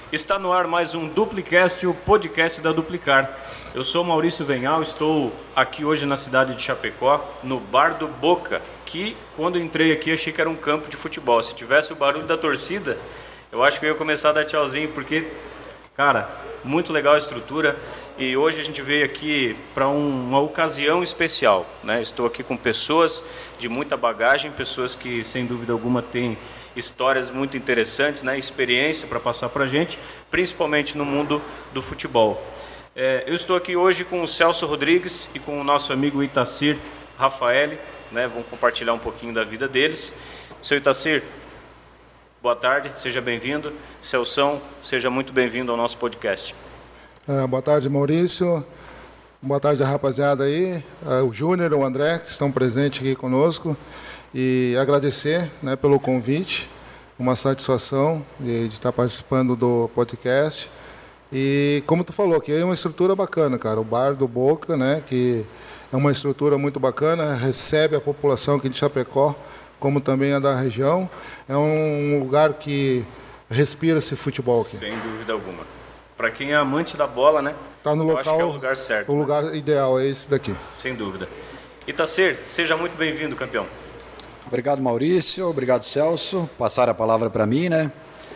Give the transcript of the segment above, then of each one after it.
Está no ar mais um Duplicast, o podcast da Duplicar. Eu sou Maurício Venhal, estou aqui hoje na cidade de Chapecó, no Bar do Boca, que quando entrei aqui achei que era um campo de futebol. Se tivesse o barulho da torcida, eu acho que eu ia começar a dar tchauzinho, porque, cara, muito legal a estrutura. E hoje a gente veio aqui para uma ocasião especial, né? Estou aqui com pessoas de muita bagagem, pessoas que sem dúvida alguma têm histórias muito interessantes, né? Experiência para passar para a gente, principalmente no mundo do futebol. Eu estou aqui hoje com o Celso Rodrigues e com o nosso amigo Itacir Rafaeli, né? Vamos compartilhar um pouquinho da vida deles. Seu Itacir, boa tarde, seja bem-vindo. Celção, seja muito bem-vindo ao nosso podcast. Boa tarde, Maurício. Boa tarde, rapaziada aí. O Júnior, o André, que estão presentes aqui conosco. E agradecer, né, pelo convite. Uma satisfação de estar participando do podcast. E como tu falou, que é uma estrutura bacana, cara. O Bar do Boca, né, que é uma estrutura muito bacana, recebe a população aqui de Chapecó, como também a da região. É um lugar que respira esse futebol aqui. Sem dúvida alguma. Para quem é amante da bola, né? Tá no local, acho que é o lugar certo. O lugar ideal é esse daqui. Sem dúvida. Itacir, seja muito bem-vindo, campeão. Obrigado, Maurício. Obrigado, Celso. Passar a palavra para mim, né?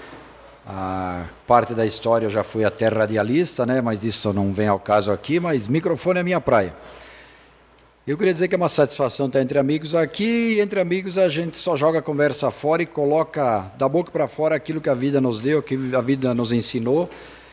A parte da história eu já fui até radialista, né? Mas isso não vem ao caso aqui, mas microfone é minha praia. Eu queria dizer que é uma satisfação estar entre amigos aqui. Entre amigos a gente só joga a conversa fora e coloca da boca para fora aquilo que a vida nos deu, que a vida nos ensinou.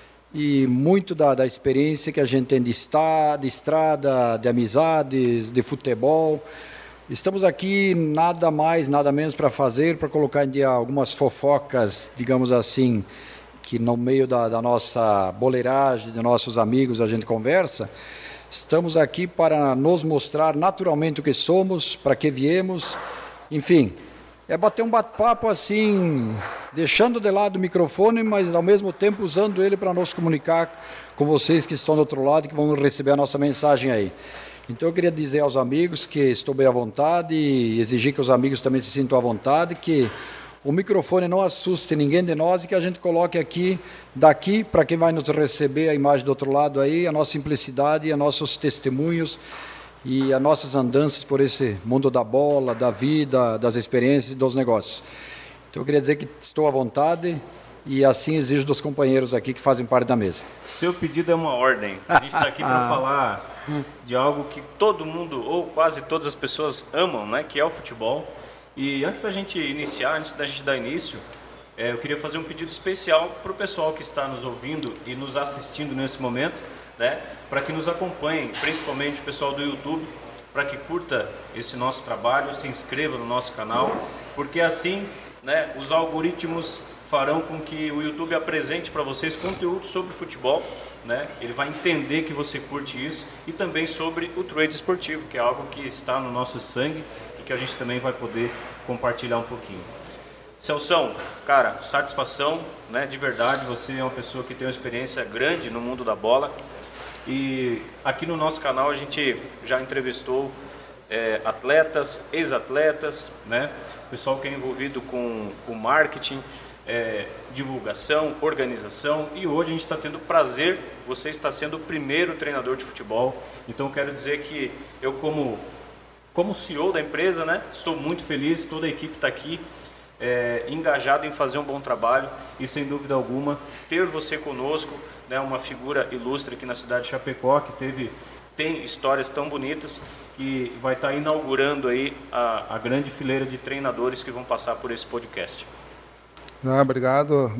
E muito da experiência que a gente tem de estrada, de amizades, de futebol. Estamos aqui nada mais, nada menos para colocar em dia algumas fofocas, digamos assim, que no meio da nossa boleiragem, de nossos amigos, a gente conversa. Estamos aqui para nos mostrar naturalmente o que somos, para que viemos, enfim. É bater um bate-papo assim, deixando de lado o microfone, mas ao mesmo tempo usando ele para nos comunicar com vocês que estão do outro lado e que vão receber a nossa mensagem aí. Então eu queria dizer aos amigos que estou bem à vontade e exigir que os amigos também se sintam à vontade, que o microfone não assuste ninguém de nós e que a gente coloque aqui, daqui, para quem vai nos receber a imagem do outro lado aí, a nossa simplicidade e os nossos testemunhos e as nossas andanças por esse mundo da bola, da vida, das experiências e dos negócios. Então eu queria dizer que estou à vontade e assim exijo dos companheiros aqui que fazem parte da mesa. Seu pedido é uma ordem. A gente está aqui para falar de algo que todo mundo, ou quase todas as pessoas amam, né? Que é o futebol. E antes da gente iniciar, antes da gente dar início, eu queria fazer um pedido especial para o pessoal que está nos ouvindo e nos assistindo nesse momento, né? Para que nos acompanhem, principalmente o pessoal do YouTube, para que curta esse nosso trabalho, se inscreva no nosso canal, porque assim, né, os algoritmos farão com que o YouTube apresente para vocês conteúdo sobre futebol, né? Ele vai entender que você curte isso e também sobre o trade esportivo, que é algo que está no nosso sangue e que a gente também vai poder compartilhar um pouquinho. Celção, cara, satisfação, né? De verdade, você é uma pessoa que tem uma experiência grande no mundo da bola. E aqui no nosso canal a gente já entrevistou atletas, ex-atletas, né? Pessoal que é envolvido com marketing, divulgação, organização. E hoje a gente está tendo o prazer, você está sendo o primeiro treinador de futebol. Então eu quero dizer que eu como CEO da empresa, né? Estou muito feliz, toda a equipe está aqui engajado em fazer um bom trabalho e sem dúvida alguma ter você conosco, né, uma figura ilustre aqui na cidade de Chapecó que tem histórias tão bonitas que vai estar inaugurando aí a grande fileira de treinadores que vão passar por esse podcast. Obrigado.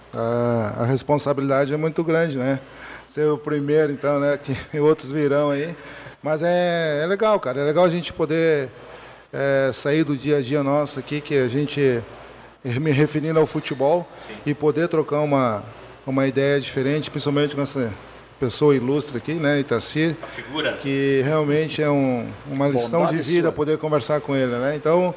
A responsabilidade é muito grande, né? Ser o primeiro, então, né? Que outros virão aí. Mas é legal, cara. É legal a gente poder sair do dia a dia nosso aqui, que a gente, me referindo ao futebol, sim, e poder trocar uma ideia diferente, principalmente com essa pessoa ilustre aqui, né, Itacir, a figura, que realmente é uma lição de vida poder conversar com ele, né? Então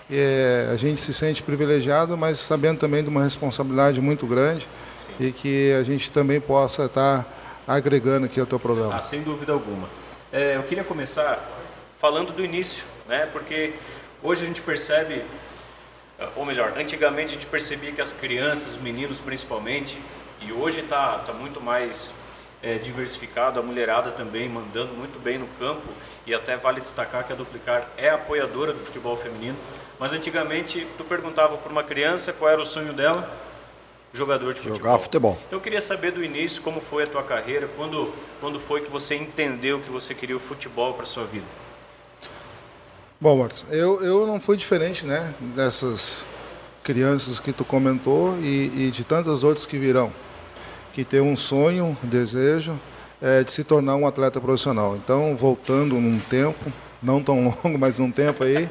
a gente se sente privilegiado, mas sabendo também de uma responsabilidade muito grande, sim, e que a gente também possa estar agregando aqui ao teu programa. Sem dúvida alguma. Eu queria começar falando do início, né? Porque hoje a gente percebe, ou melhor, antigamente a gente percebia que as crianças, os meninos principalmente, E hoje está muito mais diversificado, a mulherada também mandando muito bem no campo, e até vale destacar que a Duplicar é apoiadora do futebol feminino. Mas antigamente tu perguntava para uma criança qual era o sonho dela, jogador de futebol. Jogar futebol. Então eu queria saber do início como foi a tua carreira, quando foi que você entendeu que você queria o futebol para sua vida? Bom, Marcos, eu não fui diferente, né, dessas crianças que tu comentou e de tantas outras que virão, que tem um sonho, um desejo de se tornar um atleta profissional. Então, voltando num tempo, não tão longo, mas um tempo aí,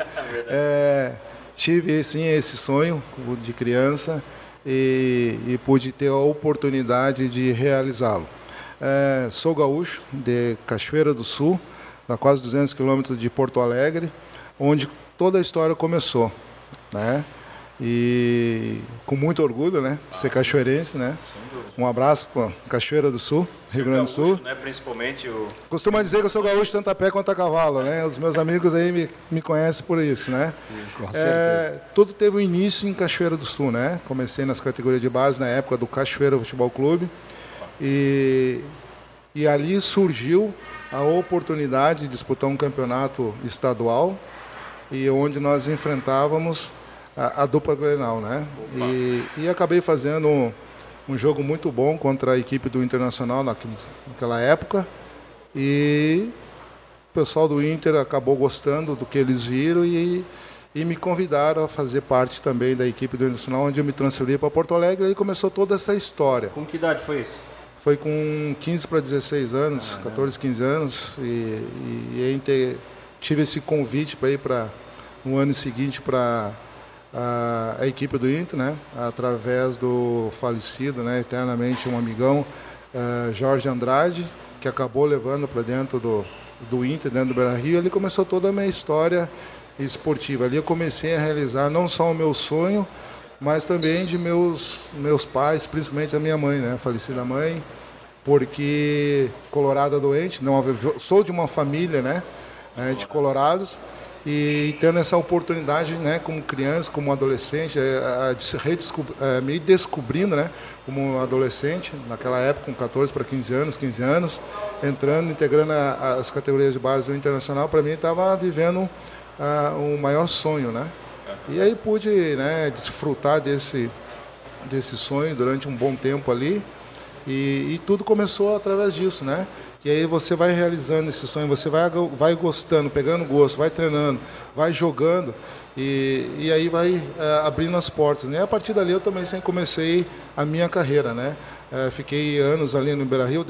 tive sim esse sonho de criança e pude ter a oportunidade de realizá-lo. Sou gaúcho de Cachoeira do Sul, a quase 200 quilômetros de Porto Alegre, onde toda a história começou, né? E com muito orgulho, né? Ser cachoeirense, né? Um abraço para Cachoeira do Sul, Rio Grande do Sul. Né? Principalmente o... Costuma dizer que eu sou gaúcho tanto a pé quanto a cavalo, né? Os meus amigos aí me conhecem por isso, né? Sim, com certeza. Tudo teve um início em Cachoeira do Sul, né? Comecei nas categorias de base na época do Cachoeira Futebol Clube e ali surgiu a oportunidade de disputar um campeonato estadual e onde nós enfrentávamos a dupla Grenal, né? E acabei fazendo um jogo muito bom contra a equipe do Internacional naquela época e o pessoal do Inter acabou gostando do que eles viram e me convidaram a fazer parte também da equipe do Internacional, onde eu me transferi para Porto Alegre e aí começou toda essa história. Com que idade foi isso? Foi com 15 para 16 anos, 14, 15 anos e tive esse convite para ir no ano seguinte para a equipe do Inter, né? Através do falecido, né? Eternamente um amigão, Jorge Andrade, que acabou levando para dentro do Inter, dentro do Beira-Rio. Ali começou toda a minha história esportiva. Ali eu comecei a realizar não só o meu sonho, mas também de meus pais, principalmente a minha mãe, né? A falecida mãe, porque colorada doente, não, sou de uma família, né? De colorados. E tendo essa oportunidade, né, como criança, como adolescente, me descobrindo, né, como adolescente, naquela época, com 14 para 15 anos, integrando as categorias de base do Internacional, para mim estava vivendo um maior sonho, né? E aí pude, né, desfrutar desse sonho durante um bom tempo ali e tudo começou através disso, né? E aí você vai realizando esse sonho, você vai gostando, pegando gosto, vai treinando, vai jogando e aí vai abrindo as portas, né? A partir dali eu também sempre comecei a minha carreira, né? Fiquei anos ali no Beira-Rio,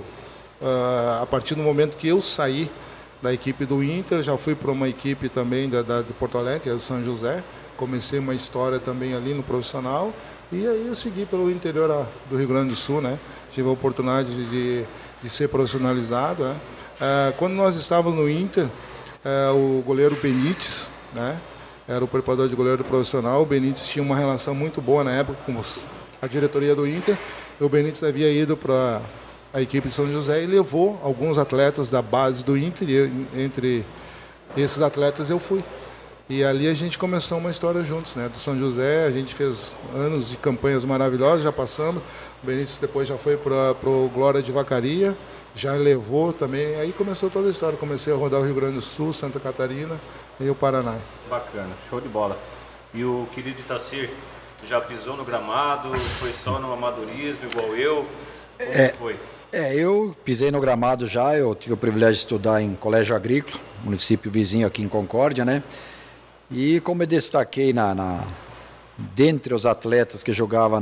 a partir do momento que eu saí da equipe do Inter, já fui para uma equipe também de Porto Alegre, que é o São José, comecei uma história também ali no profissional e aí eu segui pelo interior do Rio Grande do Sul, né? Tive a oportunidade de ser profissionalizado, né? Quando nós estávamos no Inter, o goleiro Benítez, né? Era o preparador de goleiro profissional. O Benítez tinha uma relação muito boa na época com a diretoria do Inter. O Benítez havia ido para a equipe de São José e levou alguns atletas da base do Inter e entre esses atletas eu fui. E ali a gente começou uma história juntos, né? Do São José, a gente fez anos de campanhas maravilhosas, já passamos. O Benítez depois já foi para o Glória de Vacaria, já levou também. Aí começou toda a história. Comecei a rodar o Rio Grande do Sul, Santa Catarina e o Paraná. Bacana, show de bola. E o querido Itacir já pisou no gramado, foi só no amadorismo igual eu? Como foi? Eu pisei no gramado já, eu tive o privilégio de estudar em Colégio Agrícola, município vizinho aqui em Concórdia, né? E como eu destaquei dentre os atletas que jogavam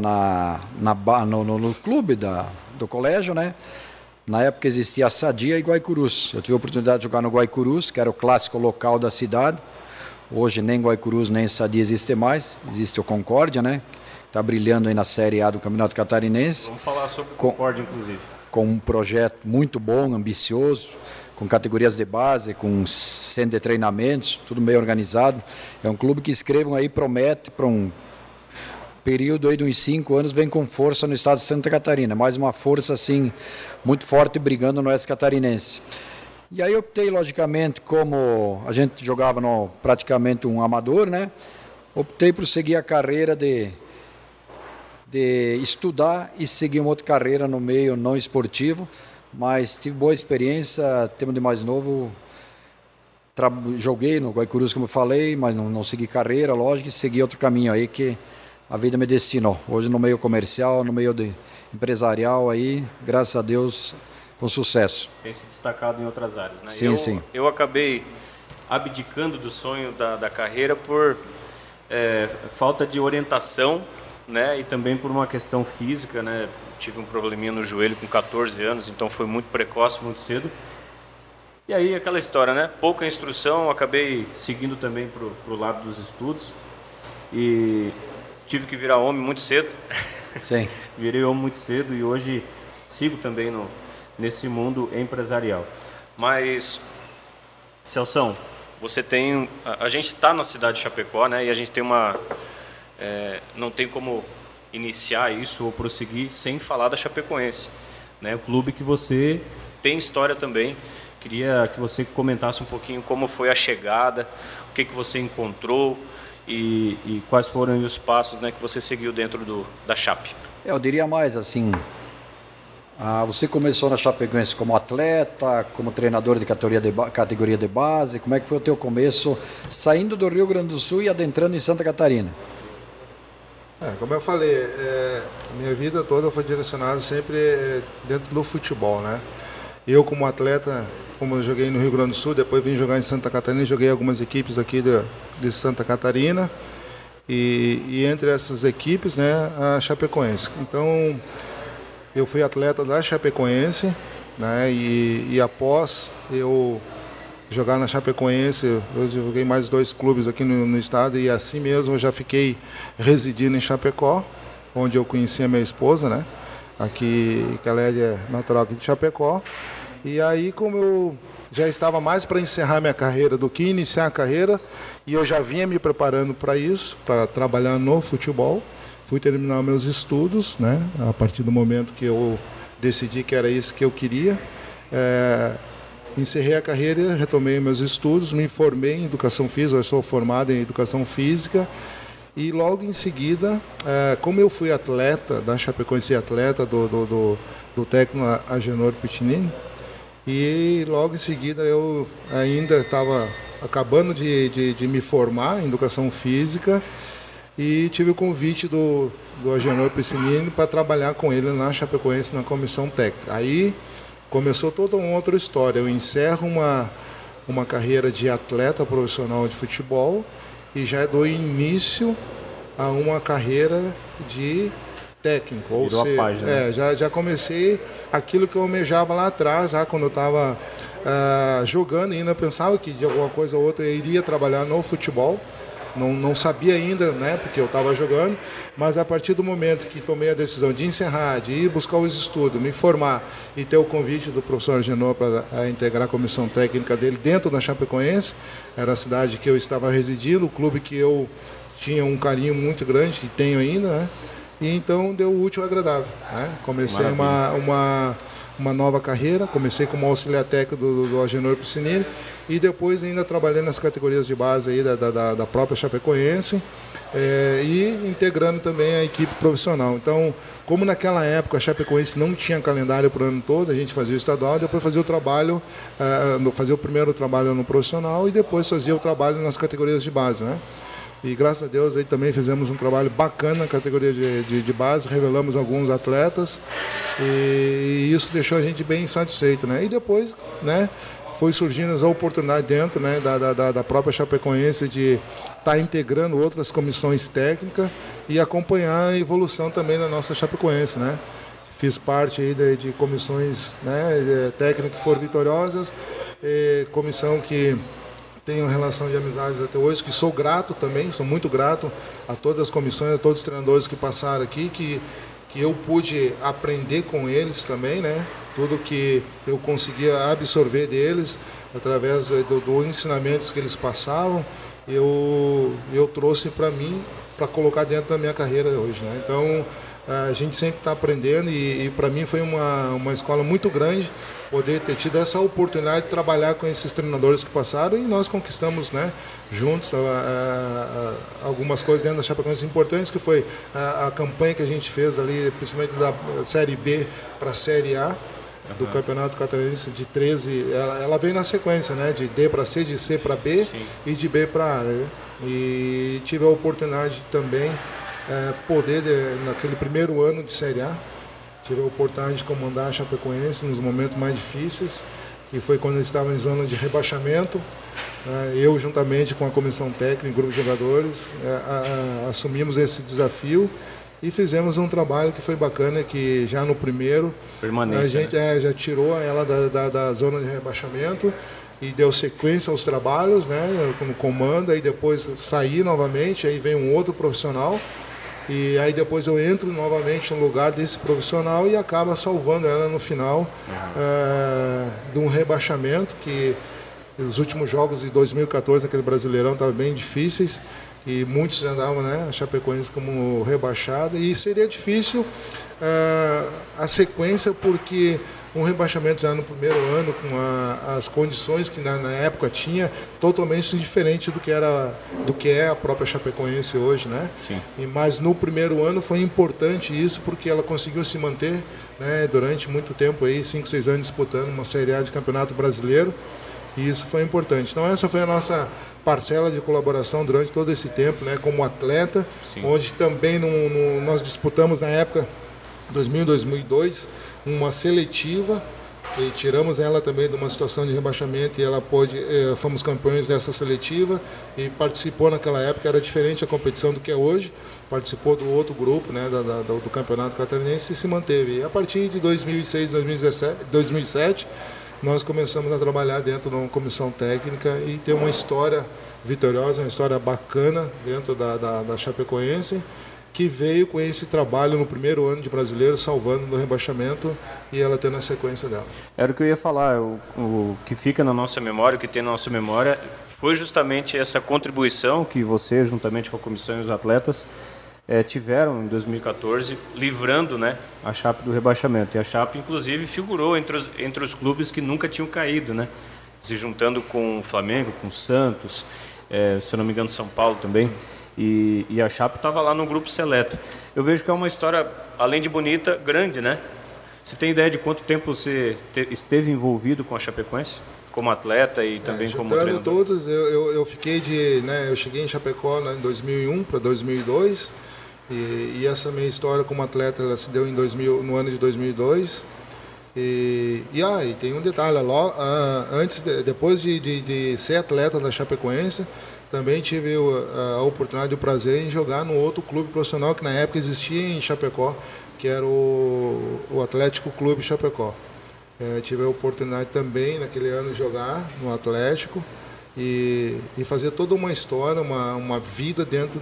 no clube do colégio, né? Na época existia a Sadia e Guaicurus. Eu tive a oportunidade de jogar no Guaicurus, que era o clássico local da cidade. Hoje nem Guaicurus nem Sadia existe mais, existe o Concórdia, né? Está brilhando aí na Série A do Campeonato Catarinense. Vamos falar sobre o Concórdia, inclusive. Com um projeto muito bom, ambicioso, com categorias de base, com centro de treinamentos, tudo bem organizado. É um clube que escrevam aí, promete para um período aí de uns 5 anos, vem com força no estado de Santa Catarina, mais uma força assim, muito forte, brigando no oeste catarinense. E aí eu optei, logicamente, como a gente jogava praticamente um amador, né? Optei por seguir a carreira de de estudar e seguir uma outra carreira no meio não esportivo, mas tive boa experiência, tempo de mais novo, joguei no Guaicurus, como eu falei, mas não segui carreira, lógico, e segui outro caminho aí que a vida me destinou. Hoje no meio comercial, no meio empresarial aí, graças a Deus, com sucesso. Tem se destacado em outras áreas, né? Sim, sim. Eu acabei abdicando do sonho da carreira por falta de orientação, né? E também por uma questão física, né? Tive um probleminha no joelho com 14 anos, então foi muito precoce, muito cedo. E aí aquela história, né? Pouca instrução, acabei seguindo também pro lado dos estudos e tive que virar homem muito cedo. Sim. Virei homem muito cedo e hoje sigo também nesse mundo empresarial. Mas, Celção, você tem... A gente está na cidade de Chapecó, né? E a gente tem não tem como iniciar isso ou prosseguir sem falar da Chapecoense, né? O clube que você tem história também. Queria que você comentasse um pouquinho como foi a chegada, o que você encontrou e quais foram os passos, né, que você seguiu dentro da Chape. Eu diria mais assim, você começou na Chapecoense como atleta, como treinador de categoria de base, como é que foi o teu começo saindo do Rio Grande do Sul e adentrando em Santa Catarina? Como eu falei, minha vida toda foi direcionada sempre dentro do futebol, né? Eu como atleta, como eu joguei no Rio Grande do Sul, depois vim jogar em Santa Catarina, joguei algumas equipes aqui de Santa Catarina e entre essas equipes, né, a Chapecoense. Então, eu fui atleta da Chapecoense, né, e após eu jogar na Chapecoense, eu joguei mais 2 clubes aqui no estado e assim mesmo eu já fiquei residindo em Chapecó, onde eu conheci a minha esposa, né, aqui, que ela é natural aqui de Chapecó. E aí, como eu já estava mais para encerrar minha carreira do que iniciar a carreira, e eu já vinha me preparando para isso, para trabalhar no futebol, fui terminar meus estudos, né? A partir do momento que eu decidi que era isso que eu queria. Encerrei a carreira, retomei meus estudos, me formei em educação física, eu sou formado em educação física, e logo em seguida, como eu fui atleta da Chapecoense, atleta do técnico Agenor Pitinini, e logo em seguida eu ainda estava acabando de me formar em educação física e tive o convite do Agenor Piscinini para trabalhar com ele na Chapecoense na comissão técnica. Aí começou toda uma outra história. Eu encerro uma carreira de atleta profissional de futebol e já dou início a uma carreira de técnico. Ou seja, já comecei aquilo que eu almejava lá atrás, já quando eu estava jogando ainda, eu pensava que de alguma coisa ou outra eu iria trabalhar no futebol. Não sabia ainda, né, porque eu estava jogando, mas a partir do momento que tomei a decisão de encerrar, de ir buscar os estudos, me formar e ter o convite do professor Agenor para integrar a comissão técnica dele dentro da Chapecoense, era a cidade que eu estava residindo, o clube que eu tinha um carinho muito grande, e tenho ainda, né? E então deu o útil ao agradável, né? Comecei uma nova carreira, comecei como auxiliar técnico do Agenor Piscinini e depois ainda trabalhei nas categorias de base aí da própria Chapecoense e integrando também a equipe profissional. Então, como naquela época a Chapecoense não tinha calendário para o ano todo, a gente fazia o estadual, depois fazia o primeiro trabalho no profissional e depois fazia o trabalho nas categorias de base, né? E graças a Deus aí também fizemos um trabalho bacana na categoria de base, revelamos alguns atletas e isso deixou a gente bem satisfeito, né? E depois, né, foi surgindo as oportunidades dentro, né, da própria Chapecoense de estar integrando outras comissões técnicas e acompanhar a evolução também da nossa Chapecoense, né? Fiz parte aí de comissões, né, técnicas que foram vitoriosas, comissão que tenho relação de amizades até hoje, que sou grato também, sou muito grato a todas as comissões, a todos os treinadores que passaram aqui, que eu pude aprender com eles também, né? Tudo que eu conseguia absorver deles, através dos ensinamentos que eles passavam, eu trouxe para mim, para colocar dentro da minha carreira hoje, né? Então, a gente sempre está aprendendo e para mim foi uma escola muito grande poder ter tido essa oportunidade de trabalhar com esses treinadores que passaram, e nós conquistamos, né, juntos algumas coisas dentro da Chapecoense importantes, que foi a campanha que a gente fez ali, principalmente da Série B para a Série A do Campeonato Catarinense de 13, ela veio na sequência, né, de D para C, de C para B. Sim. E de B para A, né? E tive a oportunidade também naquele primeiro ano de Série A, tive a oportunidade de comandar a Chapecoense nos momentos mais difíceis, que foi quando eles estavam em zona de rebaixamento. Eu, juntamente com a comissão técnica e grupo de jogadores, assumimos esse desafio e fizemos um trabalho que foi bacana, que já no primeiro a gente já tirou ela da zona de rebaixamento e deu sequência aos trabalhos, né, como comando, aí depois saí novamente, aí vem um outro profissional, e aí depois eu entro novamente no lugar desse profissional e acaba salvando ela no final de um rebaixamento, que os últimos jogos de 2014, aquele Brasileirão, estavam bem difíceis, e muitos andavam, né, a Chapecoense como rebaixada, e seria difícil a sequência, porque um rebaixamento já no primeiro ano, com as condições que na época tinha, totalmente diferente do que é a própria Chapecoense hoje, né? Sim. Mas no primeiro ano foi importante isso, porque ela conseguiu se manter, né, durante muito tempo, aí, 5, 6 anos disputando uma Série A de Campeonato Brasileiro, e isso foi importante. Então essa foi a nossa parcela de colaboração durante todo esse tempo, né, como atleta. Sim. Onde também nós disputamos na época 2000, 2002 uma seletiva, e tiramos ela também de uma situação de rebaixamento, e ela fomos campeões dessa seletiva, e participou naquela época, era diferente a competição do que é hoje, participou do outro grupo, né, do Campeonato Catarinense, e se manteve. E a partir de 2006, 2007, nós começamos a trabalhar dentro de uma comissão técnica e ter uma história vitoriosa, uma história bacana dentro da Chapecoense, que veio com esse trabalho no primeiro ano de Brasileiro, salvando no rebaixamento, e ela tendo a sequência dela. Era o que eu ia falar, o que fica na nossa memória, o que tem na nossa memória, foi justamente essa contribuição que você, juntamente com a comissão e os atletas, tiveram em 2014, livrando, né, a Chape do rebaixamento. E a Chape, inclusive, figurou entre os clubes que nunca tinham caído, né, se juntando com o Flamengo, com o Santos, se eu não me engano, São Paulo também. E a Chape estava lá no grupo seleto. Eu vejo que é uma história, além de bonita, grande, né? Você tem ideia de quanto tempo você esteve envolvido com a Chapecoense? Como atleta e também como treinador? Todos, eu fiquei eu cheguei em Chapecó, né, em 2001 para 2002, e essa minha história como atleta, ela se deu no ano de 2002. E tem um detalhe, depois de ser atleta da Chapecoense, também tive a oportunidade e o prazer em jogar no outro clube profissional que na época existia em Chapecó, que era o Atlético Clube Chapecó. Tive a oportunidade também naquele ano de jogar no Atlético e fazer toda uma história, uma vida dentro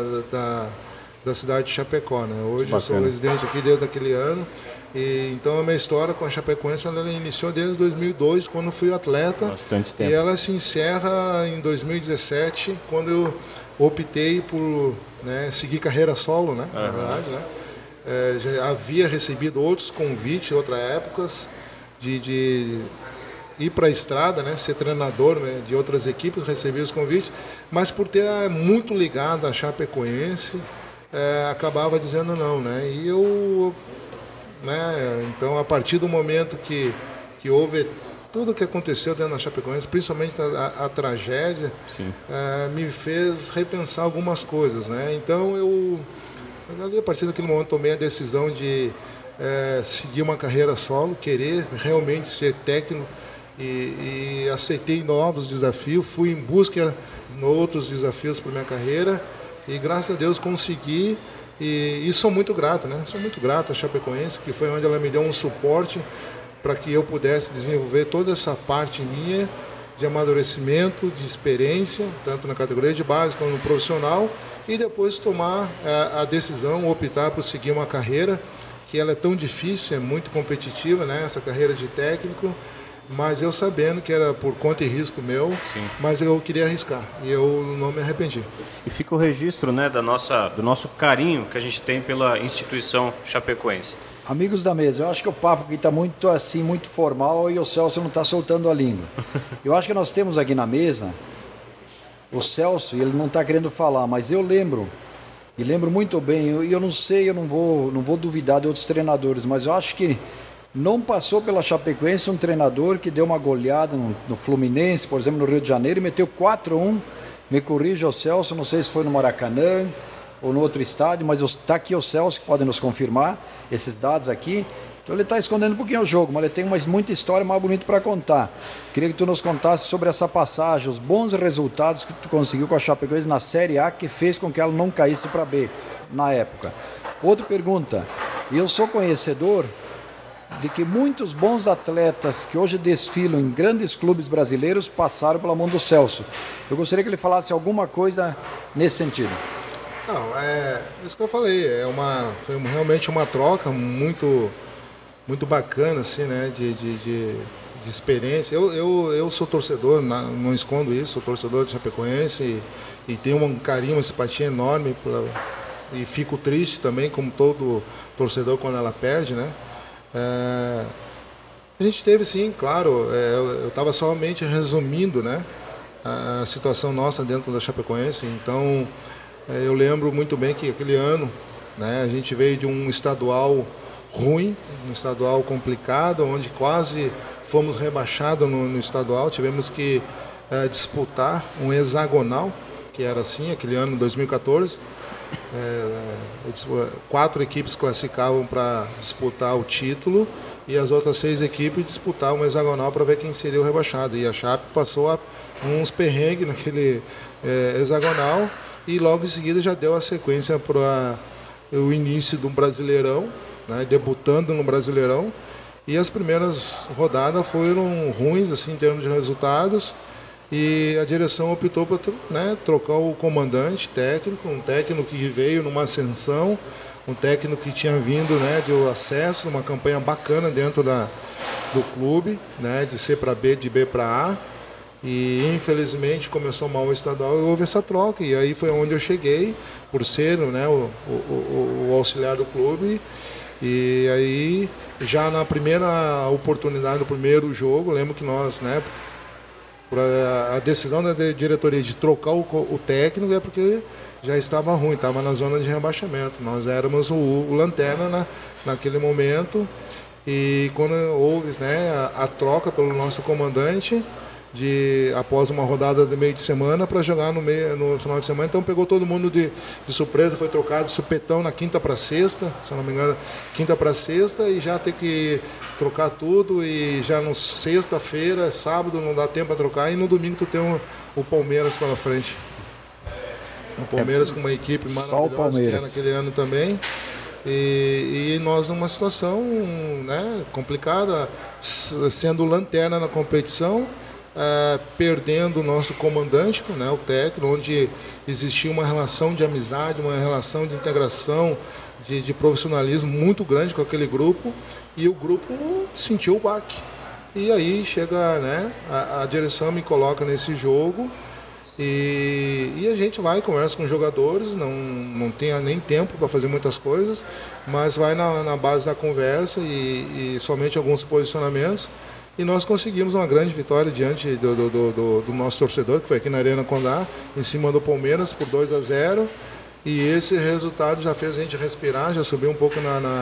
da cidade de Chapecó, né? Hoje eu sou residente aqui desde aquele ano. Então a minha história com a Chapecoense ela iniciou desde 2002, quando fui atleta. Bastante tempo. E ela se encerra em 2017, quando eu optei por, né, seguir carreira solo, né? Na verdade, né? Já havia recebido outros convites em outras épocas de ir para a estrada, né, ser treinador, né, de outras equipes, recebi os convites, mas por ter muito ligado à Chapecoense, acabava dizendo não, né? E eu, né, então a partir do momento que houve tudo o que aconteceu dentro da Chapecoense, principalmente a tragédia, me fez repensar algumas coisas, né? Então ali, a partir daquele momento, tomei a decisão de seguir uma carreira solo, querer realmente ser técnico, e aceitei novos desafios, fui em busca de outros desafios para minha carreira, e graças a Deus consegui. E sou muito grato, né? Sou muito grato à Chapecoense, que foi onde ela me deu um suporte para que eu pudesse desenvolver toda essa parte minha de amadurecimento, de experiência, tanto na categoria de base como no profissional, e depois tomar a decisão, optar por seguir uma carreira que ela é tão difícil, é muito competitiva, né? Essa carreira de técnico, mas eu sabendo que era por conta e risco meu, Sim. mas eu queria arriscar e eu não me arrependi. E fica o registro, né, do nosso carinho que a gente tem pela instituição chapecoense. Amigos da mesa, eu acho que o papo aqui está muito assim, muito formal e o Celso não está soltando a língua. Eu acho que nós temos aqui na mesa o Celso, e ele não está querendo falar, mas eu lembro, e lembro muito bem, e eu não sei, eu não vou duvidar de outros treinadores, mas eu acho que não passou pela Chapecoense um treinador que deu uma goleada no Fluminense, por exemplo, no Rio de Janeiro, e meteu 4-1, me corrija o Celso, não sei se foi no Maracanã ou no outro estádio, mas está aqui o Celso, que pode nos confirmar esses dados aqui. Então ele está escondendo um pouquinho o jogo, mas ele tem muita história mais bonita para contar. Queria que tu nos contasse sobre essa passagem, os bons resultados que tu conseguiu com a Chapecoense na Série A, que fez com que ela não caísse para B na época. Outra pergunta, eu sou conhecedor de que muitos bons atletas que hoje desfilam em grandes clubes brasileiros passaram pela mão do Celso. Eu gostaria que ele falasse alguma coisa nesse sentido. Não, é isso que eu falei, foi realmente uma troca muito bacana, assim, né, de experiência. Eu sou torcedor, não escondo isso, sou torcedor de Chapecoense e tenho um carinho, uma simpatia enorme e fico triste também, como todo torcedor quando ela perde, né. A gente teve, sim, claro, eu estava somente resumindo, né, a situação nossa dentro da Chapecoense, então eu lembro muito bem que aquele ano, né, a gente veio de um estadual ruim, um estadual complicado, onde quase fomos rebaixados no estadual, tivemos que disputar um hexagonal, que era assim, aquele ano 2014, 4 equipes classificavam para disputar o título e as outras 6 equipes disputavam um hexagonal para ver quem seria o rebaixado, e a Chape passou uns perrengues naquele hexagonal e logo em seguida já deu a sequência para o início do Brasileirão, né, debutando no Brasileirão, e as primeiras rodadas foram ruins assim, em termos de resultados, e a direção optou por, né, trocar o comandante técnico, um técnico que veio numa ascensão, um técnico que tinha vindo, né, de acesso, uma campanha bacana dentro do clube, né, de C para B, de B para A, e infelizmente começou mal o estadual e houve essa troca, e aí foi onde eu cheguei, por ser, né, o auxiliar do clube. E aí, já na primeira oportunidade, no primeiro jogo, lembro que nós, né, a decisão da diretoria de trocar o técnico é porque já estava ruim, estava na zona de rebaixamento. Nós éramos o lanterna naquele momento, e quando houve, né, a troca pelo nosso comandante, após uma rodada de meio de semana para jogar no final de semana, então pegou todo mundo de surpresa, foi trocado de supetão na quinta para sexta, se eu não me engano, quinta para sexta, e já ter que trocar tudo, e já no sexta-feira, sábado não dá tempo para trocar, e no domingo tu tem o Palmeiras pela frente. O Palmeiras com uma equipe maravilhosa, que era naquele ano também. E nós numa situação, né, complicada, sendo lanterna na competição, perdendo o nosso comandante, né, o técnico, onde existia uma relação de amizade, uma relação de integração, de profissionalismo muito grande com aquele grupo, e o grupo sentiu o baque. E aí chega, né, a direção me coloca nesse jogo, e a gente vai, conversa com os jogadores, não tem nem tempo para fazer muitas coisas, mas vai na base da conversa e somente alguns posicionamentos. E nós conseguimos uma grande vitória diante do nosso torcedor, que foi aqui na Arena Condá, em cima do Palmeiras, por 2-0. E esse resultado já fez a gente respirar, já subiu um pouco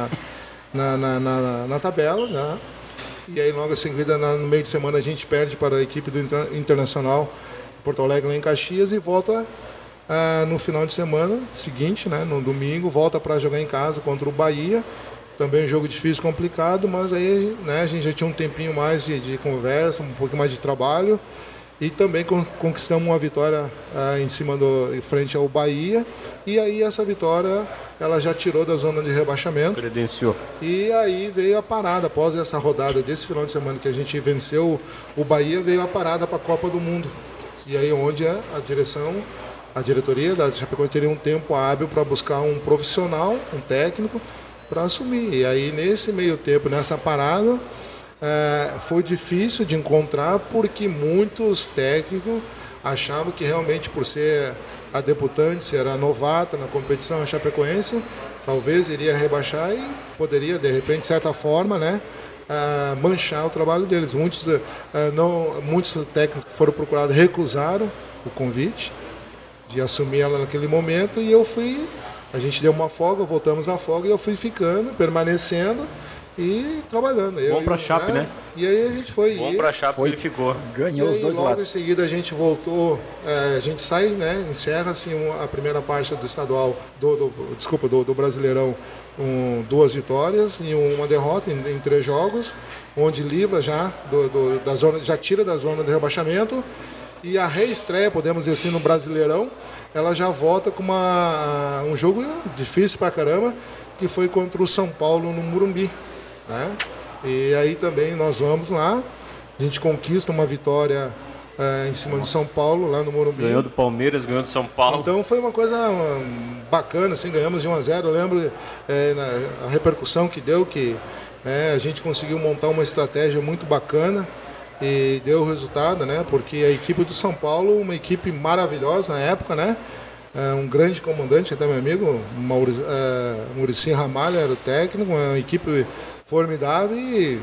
na tabela, né? E aí logo em seguida, no meio de semana, a gente perde para a equipe do Internacional Porto Alegre, lá em Caxias, e volta no final de semana seguinte, né, no domingo, volta para jogar em casa contra o Bahia. Também um jogo difícil, complicado, mas aí, né, a gente já tinha um tempinho mais de conversa, um pouco mais de trabalho, e também conquistamos uma vitória em frente ao Bahia, e aí essa vitória ela já tirou da zona de rebaixamento. Credenciou. E aí veio a parada, após essa rodada desse final de semana que a gente venceu o Bahia, veio a parada para a Copa do Mundo. E aí onde a diretoria da Chapecoense teria um tempo hábil para buscar um profissional, um técnico, para assumir. E aí nesse meio tempo, nessa parada, foi difícil de encontrar porque muitos técnicos achavam que realmente por ser a debutante, se era novata na competição, a Chapecoense, talvez iria rebaixar e poderia, de repente, de certa forma, né, manchar o trabalho deles. Muitos técnicos que foram procurados recusaram o convite de assumir ela naquele momento e a gente deu uma folga, voltamos na folga e eu fui ficando, permanecendo e trabalhando. Bom pra Chape, né? E aí a gente foi. Bom pra Chape, ele ficou. Ganhou os dois logo lados. Em seguida a gente voltou, a gente sai, né? Encerra assim, a primeira parte do estadual, do Brasileirão, com 2 vitórias e uma derrota em 3 jogos, onde livra já da zona, já tira da zona de rebaixamento. E a reestreia, podemos dizer assim, no Brasileirão, ela já volta com um jogo difícil pra caramba, que foi contra o São Paulo no Morumbi, né? E aí também nós vamos lá, a gente conquista uma vitória em cima do São Paulo, lá no Morumbi. Ganhou do Palmeiras, ganhou do São Paulo. Então foi uma coisa bacana, assim, ganhamos de 1-0. Eu lembro a repercussão que deu, que a gente conseguiu montar uma estratégia muito bacana e deu resultado, né? Porque a equipe do São Paulo, uma equipe maravilhosa na época, né? Um grande comandante, até meu amigo, Muricy Ramalho era o técnico, uma equipe formidável e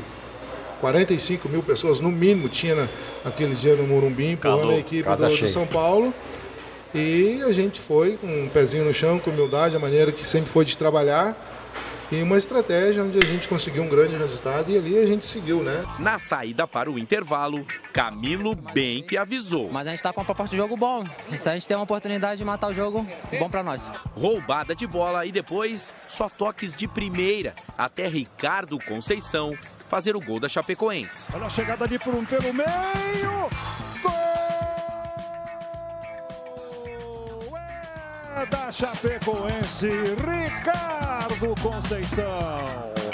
45 mil pessoas no mínimo tinha naquele dia no Morumbi, empurrando a equipe do São Paulo. E a gente foi com um pezinho no chão, com humildade, a maneira que sempre foi de trabalhar. E uma estratégia onde a gente conseguiu um grande resultado e ali a gente seguiu, né? Na saída para o intervalo, Camilo bem que avisou. Mas a gente está com uma proposta de jogo bom. Se a gente tem uma oportunidade de matar o jogo, bom para nós. Roubada de bola e depois só toques de primeira até Ricardo Conceição fazer o gol da Chapecoense. Olha a chegada ali pelo meio. Gol! É da Chapecoense, Ricardo Conceição.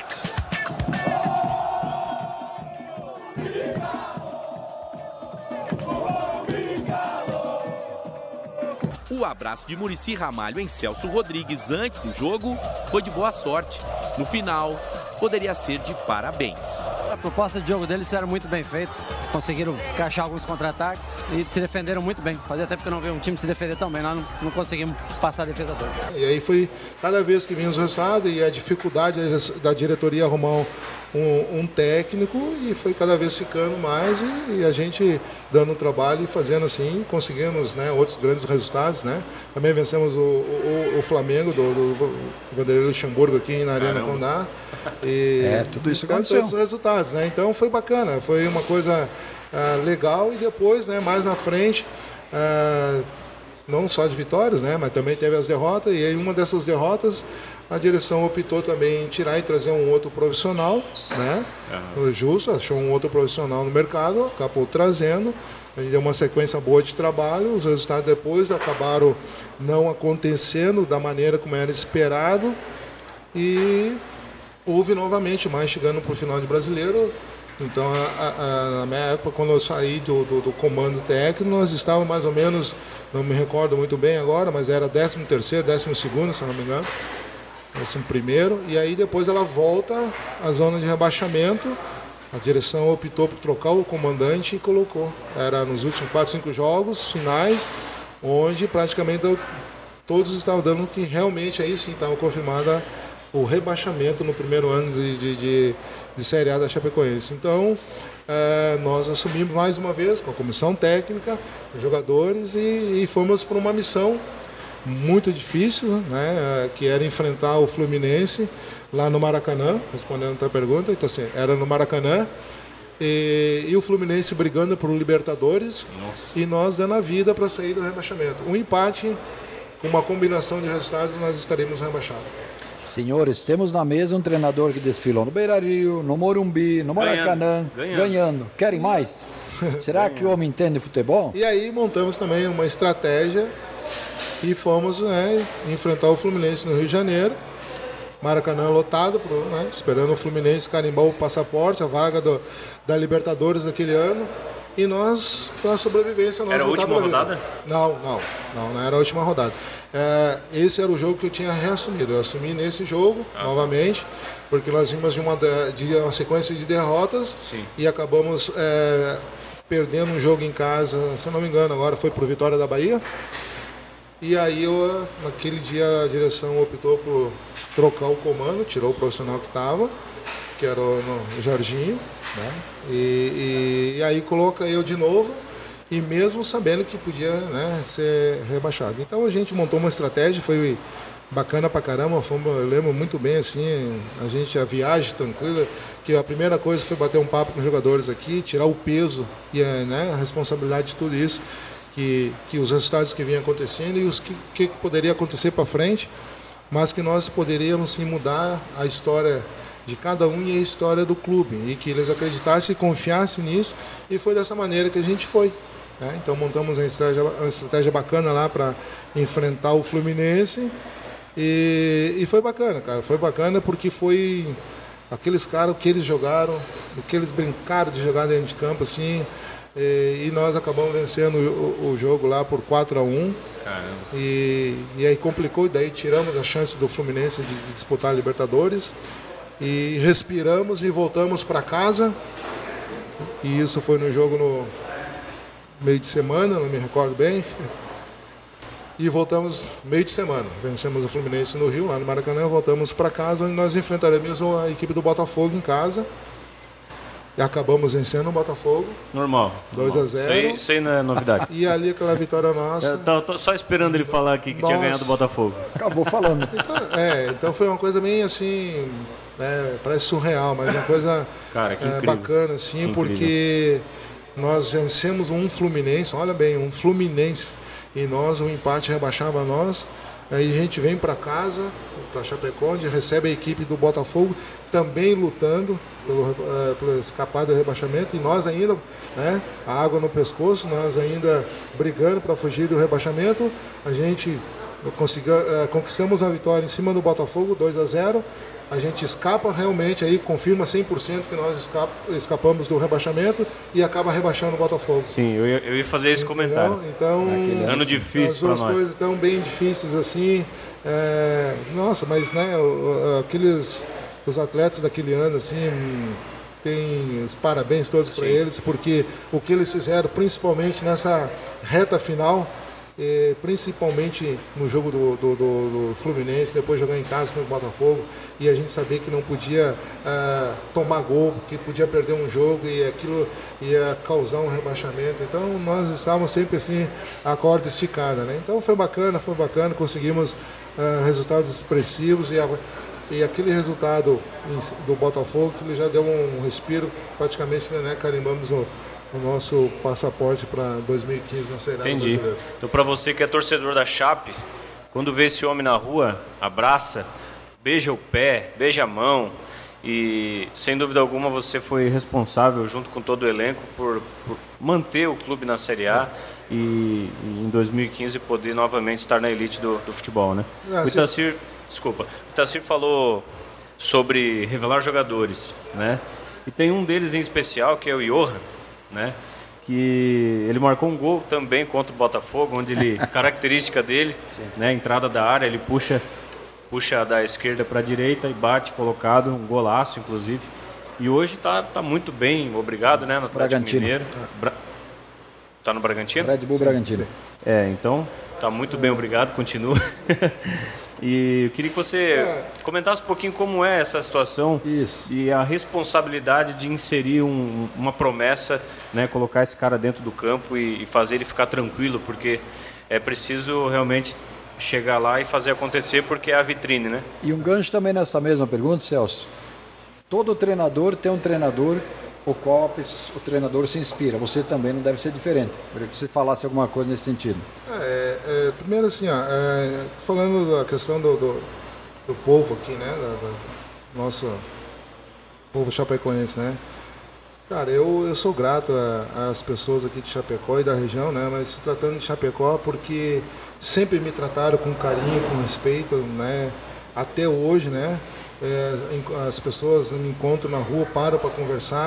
O abraço de Muricy Ramalho em Celso Rodrigues antes do jogo foi de boa sorte. No final, poderia ser de parabéns. A proposta de jogo deles era muito bem feita. Conseguiram encaixar alguns contra-ataques e se defenderam muito bem. Fazia tempo que eu não vi um time se defender tão bem. Nós não conseguimos passar a defesa toda. E aí foi cada vez que vinha os resultados e a dificuldade da diretoria arrumar um técnico e foi cada vez ficando mais e a gente dando um trabalho e fazendo assim, conseguimos, né, outros grandes resultados, né? Também vencemos o Flamengo do Vanderlei Luxemburgo aqui na Arena Condá. E tudo isso aconteceu. Todos os resultados, né? Então foi bacana, foi uma coisa legal e depois, né, mais na frente, não só de vitórias, né, mas também teve as derrotas e aí uma dessas derrotas a direção optou também em tirar e trazer um outro profissional, né? Justo, achou um outro profissional no mercado, acabou trazendo, deu uma sequência boa de trabalho, os resultados depois acabaram não acontecendo da maneira como era esperado e houve novamente mais chegando para o final de brasileiro. Então, na minha época, quando eu saí do comando técnico, nós estávamos mais ou menos, não me recordo muito bem agora, mas era 13º, 12º, se não me engano. 11º, e aí depois ela volta à zona de rebaixamento. A direção optou por trocar o comandante e colocou. Era nos últimos 4, 5 jogos finais, onde praticamente todos estavam dando que realmente aí sim estava confirmada o rebaixamento no primeiro ano de Série A da Chapecoense. Então, nós assumimos mais uma vez com a comissão técnica, os jogadores e fomos para uma missão muito difícil, né, que era enfrentar o Fluminense lá no Maracanã, respondendo a tua pergunta. Então, assim, era no Maracanã e o Fluminense brigando por Libertadores. Nossa. E nós dando a vida para sair do rebaixamento. Um empate, com uma combinação de resultados, nós estaríamos rebaixados. Senhores, temos na mesa um treinador que desfilou no Beira-Rio, no Morumbi, no Maracanã, ganhando. Querem mais? Será que o homem entende futebol? E aí montamos também uma estratégia e fomos, né, enfrentar o Fluminense no Rio de Janeiro. Maracanã lotado, esperando o Fluminense carimbar o passaporte, a vaga da Libertadores daquele ano. E nós, para a sobrevivência, nós Era a última rodada? Não era a última rodada. Esse era o jogo que eu tinha reassumido. Eu assumi nesse jogo, novamente, porque nós vimos de uma sequência de derrotas. Sim. E acabamos perdendo um jogo em casa, se eu não me engano, agora foi pro Vitória da Bahia. E aí, naquele dia, a direção optou por trocar o comando, tirou o profissional que estava, que era o Jorginho, né? E aí coloca eu de novo, e mesmo sabendo que podia, né, ser rebaixado. Então a gente montou uma estratégia, foi bacana pra caramba, eu lembro muito bem assim, a viagem tranquila, que a primeira coisa foi bater um papo com os jogadores aqui, tirar o peso e a responsabilidade de tudo isso, que os resultados que vinham acontecendo e os que poderia acontecer para frente, mas que nós poderíamos sim mudar a história de cada um e a história do clube, e que eles acreditassem e confiassem nisso, e foi dessa maneira que a gente foi. Né? Então montamos uma estratégia bacana lá para enfrentar o Fluminense, e foi bacana, cara, foi bacana porque foi aqueles caras, o que eles jogaram, o que eles brincaram de jogar dentro de campo, assim, e nós acabamos vencendo o jogo lá por 4-1. Caramba. E aí complicou, e daí tiramos a chance do Fluminense de disputar a Libertadores. E respiramos e voltamos para casa. E isso foi no jogo no meio de semana, não me recordo bem. E voltamos meio de semana. Vencemos o Fluminense no Rio, lá no Maracanã. Voltamos para casa, onde nós enfrentaremos a equipe do Botafogo em casa. E acabamos vencendo o Botafogo. Normal. 2-0. Isso aí não é novidade. E ali aquela vitória nossa. Tô só esperando ele falar aqui que tinha ganhado o Botafogo. Acabou falando. Então foi uma coisa bem assim... parece surreal, mas uma coisa Cara, que bacana, assim, incrível. Porque nós vencemos um Fluminense, olha bem, um Fluminense, e o empate rebaixava nós, aí a gente vem para casa, para Chapecó, onde recebe a equipe do Botafogo, também lutando pelo escapar do rebaixamento, e nós ainda, né, a água no pescoço, nós ainda brigando para fugir do rebaixamento, a gente conquistamos a vitória em cima do Botafogo, 2-0, a gente escapa realmente, aí confirma 100% que nós escapamos do rebaixamento e acaba rebaixando o Botafogo. Sim, eu ia fazer esse comentário. Então, ano difícil para nós. As duas coisas tão bem difíceis assim. Nossa, mas né, os atletas daquele ano, assim, tem os parabéns todos para eles, porque o que eles fizeram, principalmente nessa reta final, principalmente no jogo do Fluminense, depois jogar em casa com o Botafogo, e a gente sabia que não podia tomar gol, que podia perder um jogo e aquilo ia causar um rebaixamento. Então nós estávamos sempre assim, a corda esticada, né? Então foi bacana, conseguimos resultados expressivos, e aquele resultado do Botafogo que ele já deu um respiro, praticamente, né, carimbamos o nosso passaporte para 2015 na Série A. Entendi. Então, para você que é torcedor da Chape, quando vê esse homem na rua, abraça, beija o pé, beija a mão, e sem dúvida alguma você foi responsável, junto com todo o elenco, por manter o clube na Série A e em 2015 poder novamente estar na elite do futebol, né? O Itacir falou sobre revelar jogadores, né? E tem um deles em especial, que é o Johan, né? Que ele marcou um gol também contra o Botafogo, onde ele, característica dele, né, entrada da área, ele puxa da esquerda para a direita e bate colocado, um golaço inclusive. E hoje tá muito bem, obrigado, né, no Atlético Mineiro. Tá no Bragantino? Red Bull Bragantino. Então tá muito bem, obrigado, continua. E eu queria que você comentasse um pouquinho como é essa situação. Isso. E a responsabilidade de inserir uma promessa, né, colocar esse cara dentro do campo e fazer ele ficar tranquilo, porque é preciso realmente chegar lá e fazer acontecer, porque é a vitrine, né? E um gancho também nessa mesma pergunta, Celso. Todo treinador tem um treinador o qual o treinador se inspira. Você também não deve ser diferente. Queria que você falasse alguma coisa nesse sentido. Primeiro assim, falando da questão do povo aqui, né, do nosso povo chapecoense, né. Cara, eu sou grato às pessoas aqui de Chapecó e da região, né, mas se tratando de Chapecó, porque sempre me trataram com carinho, com respeito, né, até hoje, né. As pessoas me encontram na rua, param para conversar,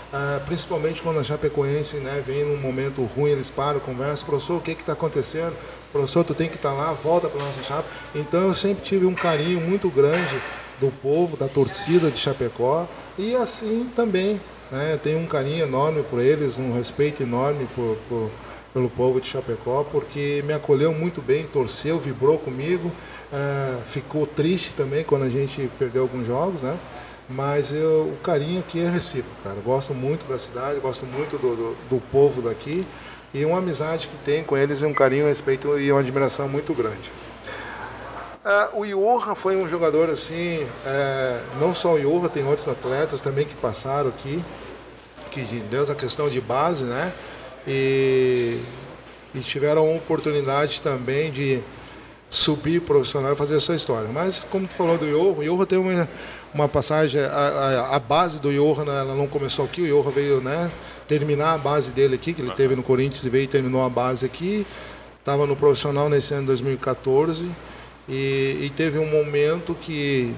principalmente quando a Chapecoense, né, vem num momento ruim, eles param, conversam, professor, o que está acontecendo? Professor, tu tem que estar lá, volta para a nossa Chape. Então eu sempre tive um carinho muito grande do povo, da torcida de Chapecó, e assim também, né, tenho um carinho enorme por eles, um respeito enorme pelo povo de Chapecó, porque me acolheu muito bem, torceu, vibrou comigo, ficou triste também quando a gente perdeu alguns jogos, né? Mas o carinho aqui é recíproco, cara. Gosto muito da cidade, gosto muito do povo daqui, e uma amizade que tem com eles, um carinho, um respeito e uma admiração muito grande. O Iorra foi um jogador assim, não só o Iorra, tem outros atletas também que passaram aqui, que desde a questão de base, né? E tiveram a oportunidade também de subir profissional e fazer a sua história. Mas como tu falou do Iorra, o Iorra tem uma passagem, a base do Iorra, né, ela não começou aqui, o Iorra veio, né, terminar a base dele aqui, que ele teve no Corinthians e veio e terminou a base aqui, estava no profissional nesse ano de 2014 e teve um momento que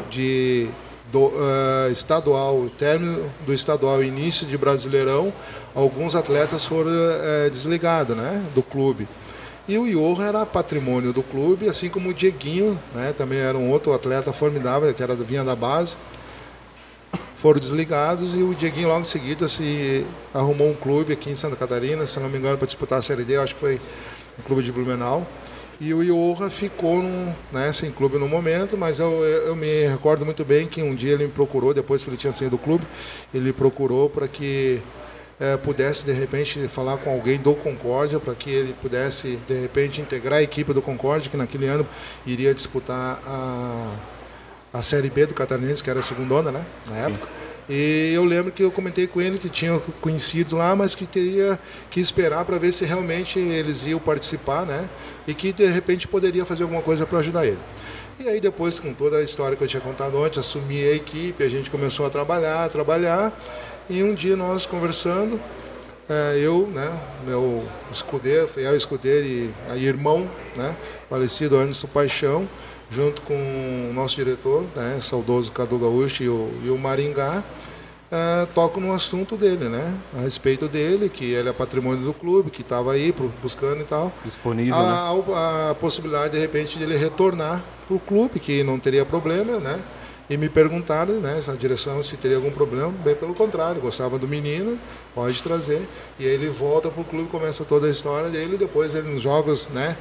estadual, término do estadual, início de Brasileirão, alguns atletas foram desligados, né, do clube. E o Iorra era patrimônio do clube, assim como o Dieguinho, né, também era um outro atleta formidável, que vinha da base. Foram desligados e o Dieguinho logo em seguida se arrumou um clube aqui em Santa Catarina, se não me engano, para disputar a Série D, acho que foi o clube de Blumenau. E o Iorra ficou sem clube no momento, mas eu me recordo muito bem que um dia ele me procurou, depois que ele tinha saído do clube, ele procurou para que pudesse, de repente, falar com alguém do Concórdia, para que ele pudesse, de repente, integrar a equipe do Concórdia, que naquele ano iria disputar a Série B do Catarinense, que era a segundona, né, na época. E eu lembro que eu comentei com ele que tinha conhecidos lá, mas que teria que esperar para ver se realmente eles iam participar, né? E que de repente poderia fazer alguma coisa para ajudar ele. E aí depois, com toda a história que eu tinha contado ontem, assumi a equipe, a gente começou a trabalhar. E um dia nós conversando, eu, né, meu escudeiro, fiel escudeiro e irmão, né, falecido Anderson Paixão, junto com o nosso diretor, né, saudoso Cadu Gaúcho e o Maringá, toco no assunto dele, né, a respeito dele, que ele é patrimônio do clube, que estava aí buscando e tal. Disponível, a possibilidade, de repente, de ele retornar para o clube, que não teria problema, né. E me perguntaram, né, essa direção, se teria algum problema. Bem pelo contrário, gostava do menino, pode trazer. E aí ele volta para o clube, começa toda a história dele. Depois ele nos jogos, né,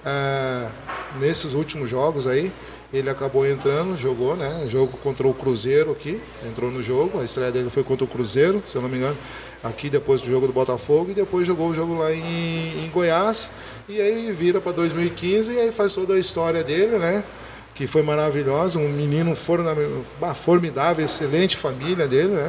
nesses últimos jogos aí, ele acabou entrando, jogou, né, jogo contra o Cruzeiro aqui, entrou no jogo. A estreia dele foi contra o Cruzeiro, se eu não me engano, aqui depois do jogo do Botafogo. E depois jogou o jogo lá em Goiás. E aí vira para 2015 e aí faz toda a história dele, né, que foi maravilhosa, um menino formidável, excelente família dele, né?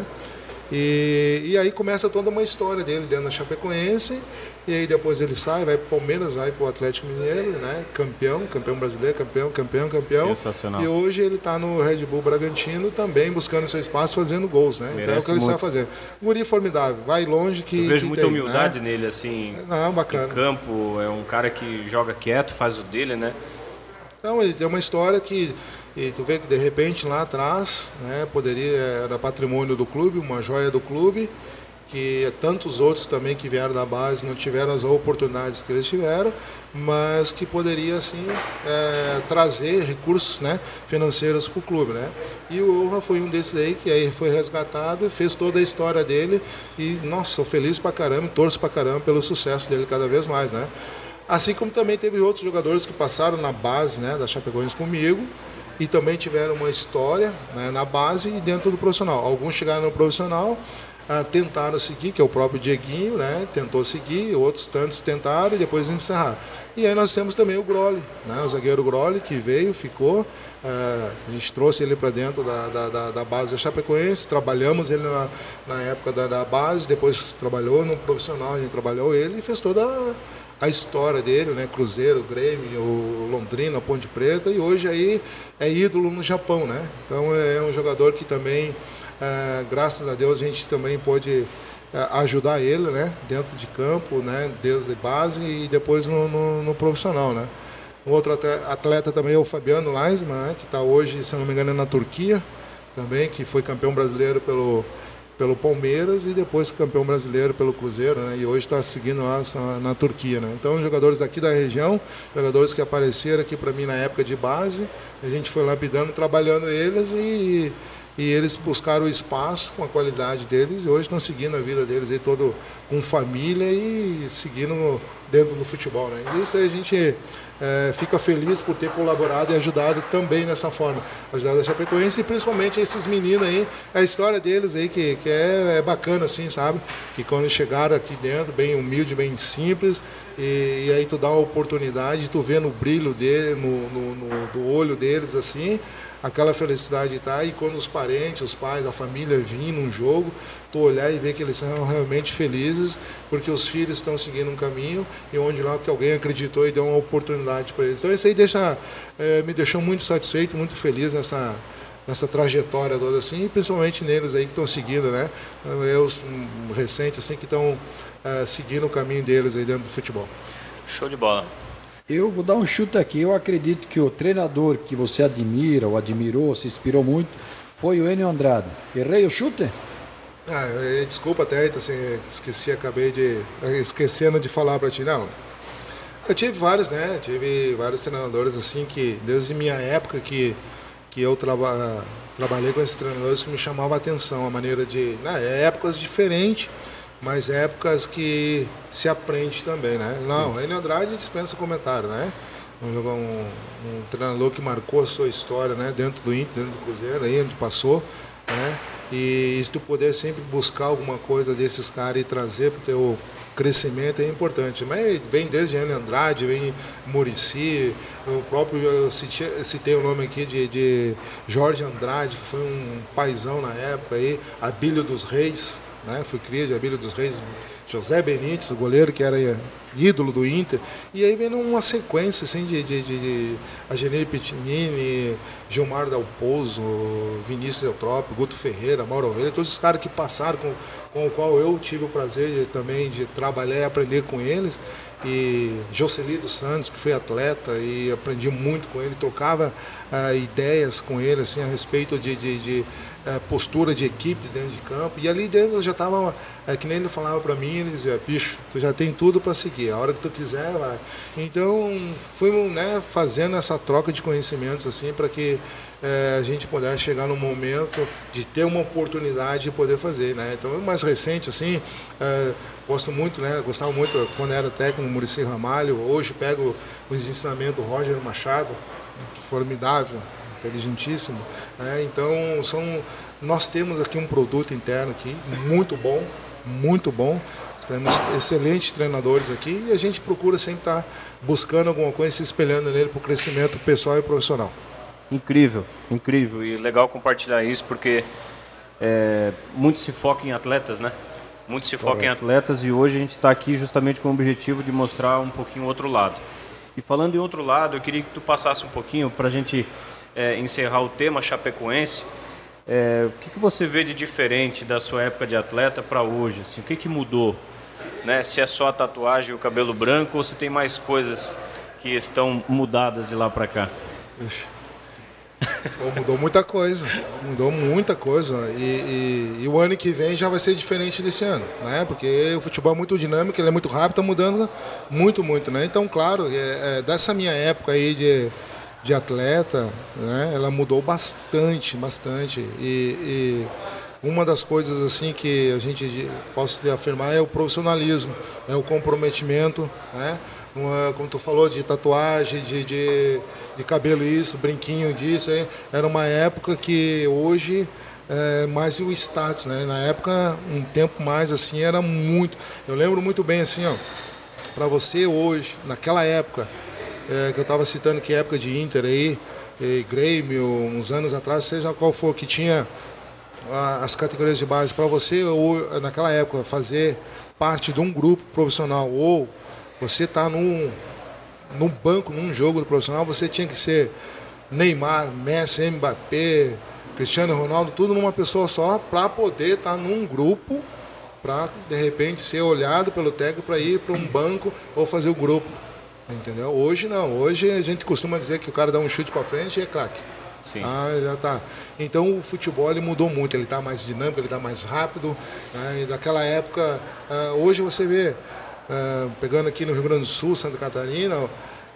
E aí começa toda uma história dele dentro da Chapecoense, e aí depois ele sai, vai para o Palmeiras, vai para o Atlético Mineiro, né? Campeão brasileiro, campeão. Sensacional. E hoje ele está no Red Bull Bragantino também, buscando seu espaço, fazendo gols, né? Então é o que ele sabe fazer. Guri formidável, vai longe que... Eu vejo muita tem, humildade, né, nele, assim, bacana. em campo, é um cara que joga quieto, faz o dele, né? Então, ele tem uma história que, e tu vê que de repente lá atrás, né, era patrimônio do clube, uma joia do clube, que tantos outros também que vieram da base não tiveram as oportunidades que eles tiveram, mas que poderia assim trazer recursos, né, financeiros para o clube, né? E o Iorra foi um desses aí que aí foi resgatado, fez toda a história dele e, nossa, sou feliz pra caramba, torço pra caramba pelo sucesso dele cada vez mais, né? Assim como também teve outros jogadores que passaram na base, né, da Chapecoense comigo e também tiveram uma história, né, na base e dentro do profissional. Alguns chegaram no profissional, tentaram seguir, que é o próprio Dieguinho, né, tentou seguir, outros tantos tentaram e depois encerraram. E aí nós temos também o Groli, né, o zagueiro Groli, que veio, ficou, a gente trouxe ele para dentro da base da Chapecoense, trabalhamos ele na época da base, depois trabalhou no profissional, a gente trabalhou ele e fez toda a história dele, né? Cruzeiro, Grêmio, o Londrina, Ponte Preta, e hoje aí é ídolo no Japão, né? Então é um jogador que também, graças a Deus, a gente também pôde ajudar ele, né? Dentro de campo, né? Desde base e depois no profissional, né? Um outro atleta também é o Fabiano Leisman, né? Que está hoje, se não me engano, na Turquia também, que foi campeão brasileiro pelo Palmeiras e depois campeão brasileiro pelo Cruzeiro, né? E hoje está seguindo lá na Turquia, né? Então, jogadores daqui da região, jogadores que apareceram aqui para mim na época de base, a gente foi lapidando, trabalhando eles e eles buscaram o espaço com a qualidade deles e hoje estão seguindo a vida deles aí todo com família e seguindo dentro do futebol, né? E isso aí a gente fica feliz por ter colaborado e ajudado também nessa forma, ajudado a Chapecoense e principalmente esses meninos aí, a história deles aí que é bacana assim, sabe? Que quando chegaram aqui dentro, bem humilde, bem simples, e aí tu dá uma oportunidade, tu vê no brilho dele, do olho deles assim, aquela felicidade tá, e quando os parentes, os pais, a família vêm num jogo, tu olhar e ver que eles são realmente felizes, porque os filhos estão seguindo um caminho e onde lá que alguém acreditou e deu uma oportunidade para eles. Então isso aí me deixou muito satisfeito, muito feliz nessa trajetória toda assim, e principalmente neles aí que estão seguindo, né? Os recentes assim que estão seguindo o caminho deles aí dentro do futebol. Show de bola. Eu vou dar um chute aqui. Eu acredito que o treinador que você admira, ou admirou, se inspirou muito, foi o Enio Andrade. Errei o chute? Desculpa até, assim, acabei esquecendo de falar para ti. Não, eu tive vários, né? Tive vários treinadores assim que, desde minha época que eu trabalhei com esses treinadores que me chamavam a atenção, a maneira de... épocas diferentes, mas épocas que se aprende também, né? Não, o Enio Andrade dispensa comentário, né? Um treinador que marcou a sua história, né? Dentro do Inter, dentro do Cruzeiro, aí onde passou, né? E se tu puder sempre buscar alguma coisa desses caras e trazer para o teu crescimento é importante. Mas vem desde Enio Andrade, vem Muricy, o próprio, eu citei o nome aqui de Jorge Andrade, que foi um paizão na época aí, Abílio dos Reis, né? Fui cria de Abílio dos Reis, José Benítez, o goleiro que era ídolo do Inter, e aí vem uma sequência assim de Agenir Pitinini, Gilmar Dalpozo, Vinícius Eutrópio, Guto Ferreira, Mauro Ovelha, todos os caras que passaram com o qual eu tive o prazer também de trabalhar e aprender com eles, e Jocelino Santos, que foi atleta, e aprendi muito com ele, trocava ideias com ele assim, a respeito de postura de equipes dentro de campo, e ali dentro eu já estava, que nem ele falava para mim, ele dizia, bicho, tu já tem tudo para seguir, a hora que tu quiser, vai. Então fomos, né, fazendo essa troca de conhecimentos assim, para que a gente pudesse chegar no momento de ter uma oportunidade de poder fazer, né? Então o mais recente assim, gostava muito quando era técnico Muricy Ramalho, hoje pego os ensinamentos do Roger Machado, formidável, inteligentíssimo, né? Então nós temos aqui um produto interno aqui muito bom, temos excelentes treinadores aqui e a gente procura sempre estar buscando alguma coisa, se espelhando nele para o crescimento pessoal e profissional. Incrível, incrível, e legal compartilhar isso porque muito se foca em atletas, né? Muito se foca em atletas e hoje a gente está aqui justamente com o objetivo de mostrar um pouquinho o outro lado. E falando em outro lado, eu queria que tu passasse um pouquinho para a gente encerrar o tema Chapecoense. O que você vê de diferente da sua época de atleta para hoje? Assim, o que mudou? Né? Se é só a tatuagem e o cabelo branco ou se tem mais coisas que estão mudadas de lá para cá? Mudou muita coisa, e o ano que vem já vai ser diferente desse ano, né? Porque o futebol é muito dinâmico, ele é muito rápido, está mudando muito, né? Então, claro, dessa minha época aí de atleta, né? Ela mudou bastante, e uma das coisas assim que a gente posso afirmar é o profissionalismo, é o comprometimento, né? Como tu falou, de tatuagem, de cabelo isso, brinquinho disso, era uma época que hoje mais o status, né? Na época, um tempo mais assim, era muito... Eu lembro muito bem assim, ó, para você hoje, naquela época, que eu estava citando que época de Inter aí, Grêmio, uns anos atrás, seja qual for, que tinha as categorias de base, para você, naquela época, fazer parte de um grupo profissional ou você está num banco, num jogo do profissional, você tinha que ser Neymar, Messi, Mbappé, Cristiano Ronaldo, tudo numa pessoa só, para poder estar num grupo, para de repente ser olhado pelo técnico para ir para um banco ou fazer o grupo. Entendeu? Hoje não, hoje a gente costuma dizer que o cara dá um chute para frente e é craque. Sim. Já tá. Então o futebol ele mudou muito, ele está mais dinâmico, ele está mais rápido. Né? E naquela época, hoje você vê, pegando aqui no Rio Grande do Sul, Santa Catarina,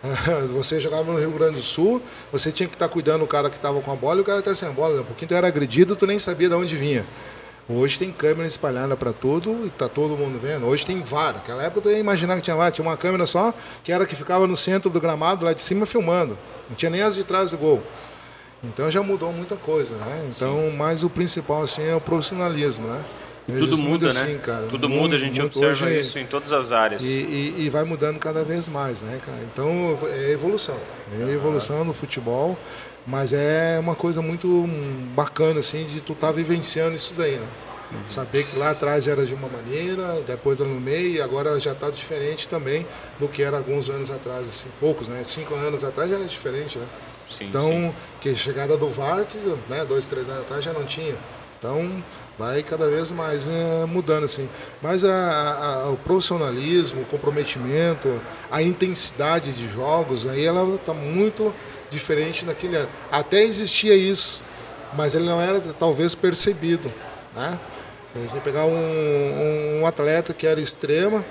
você jogava no Rio Grande do Sul, você tinha que estar cuidando do cara que estava com a bola e o cara estava sem a bola. Porque tu era agredido, tu nem sabia de onde vinha. Hoje tem câmera espalhada para tudo e está todo mundo vendo. Hoje tem VAR. Naquela época tu ia imaginar que tinha VAR. Tinha uma câmera só, que era que ficava no centro do gramado, lá de cima, filmando. Não tinha nem as de trás do gol. Então já mudou muita coisa, né? Então, mas o principal assim é o profissionalismo, né? Tudo muda, assim, né? Cara. Tudo muda, a gente observa hoje, isso em todas as áreas. E vai mudando cada vez mais, né, cara? Então é evolução. É evolução no futebol, mas é uma coisa muito bacana, assim, de tu estar vivenciando isso daí, né? Saber que lá atrás era de uma maneira, depois era no meio, e agora já está diferente também do que era alguns anos atrás, assim, poucos, né? 5 anos atrás já era diferente, né? Sim, então, que a chegada do VAR, que, né, 2, 3 anos atrás já não tinha. Então, vai cada vez mais mudando, assim. Mas o profissionalismo, o comprometimento, a intensidade de jogos, aí ela está muito diferente daquele ano. Até existia isso, mas ele não era talvez percebido, né? A gente ia pegar um atleta que era extrema,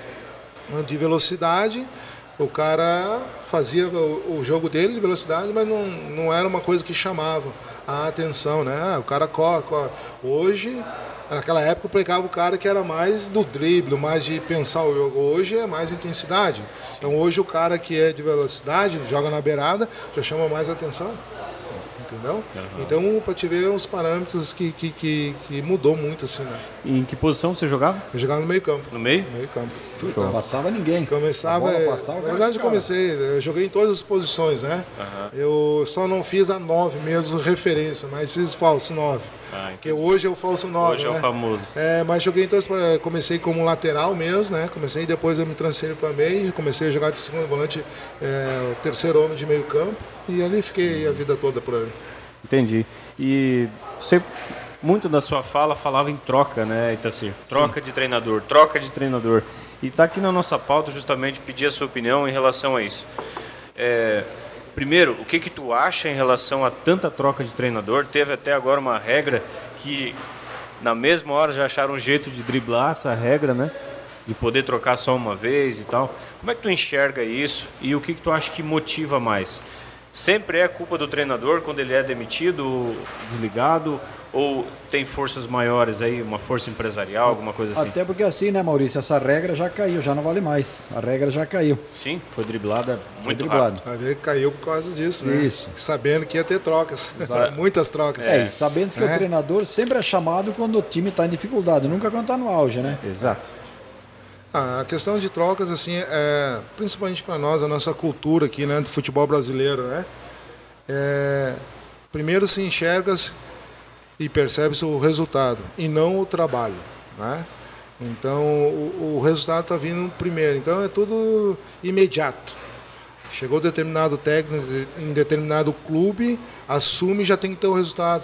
de velocidade, o cara fazia o jogo dele de velocidade, mas não era uma coisa que chamava a atenção, né? O cara corre. Hoje, naquela época, eu pegava o cara que era mais do drible, mais de pensar o jogo. Hoje é mais intensidade. Sim. Então hoje o cara que é de velocidade, joga na beirada, já chama mais atenção. Entendeu? Uhum. Então, para te ver os parâmetros que mudou muito, assim, né? E em que posição você jogava? Eu jogava no meio campo. No meio? No meio campo. Não passava ninguém. Começava, na verdade eu comecei, eu joguei em todas as posições, né? Uhum. Eu só não fiz a 9 mesmo, referência, mas fiz falso 9. Porque hoje é o falso 9, hoje né? é o famoso. Mas joguei em todas, comecei como lateral mesmo, né? Comecei, depois eu me transferi para meio, comecei a jogar de segundo volante, o terceiro homem de meio campo, e ali fiquei a vida toda por ali. Entendi. E você, muito da sua fala, falava em troca, né, Itacir? Troca de treinador, troca de treinador. E está aqui na nossa pauta justamente pedir a sua opinião em relação a isso. Primeiro, o que tu acha em relação a tanta troca de treinador? Teve até agora uma regra que na mesma hora já acharam um jeito de driblar essa regra, né? De poder trocar só uma vez e tal. Como é que tu enxerga isso e o que tu acha que motiva mais? Sempre é culpa do treinador quando ele é demitido, desligado, ou tem forças maiores aí, uma força empresarial, alguma coisa assim? Até porque assim, né, Maurício, essa regra já caiu, já não vale mais. A regra já caiu. Sim, foi driblada muito rápido. A ver que caiu por causa disso, né? Isso. Sabendo que ia ter trocas, muitas trocas. Sabendo que o treinador sempre é chamado quando o time está em dificuldade, nunca quando está no auge, né? Exato. A questão de trocas, assim, principalmente para nós, a nossa cultura aqui, né, do futebol brasileiro, né? Primeiro se enxerga-se e percebe-se o resultado e não o trabalho, né? Então o resultado está vindo primeiro, então é tudo imediato. Chegou determinado técnico em determinado clube, assume e já tem que ter o resultado.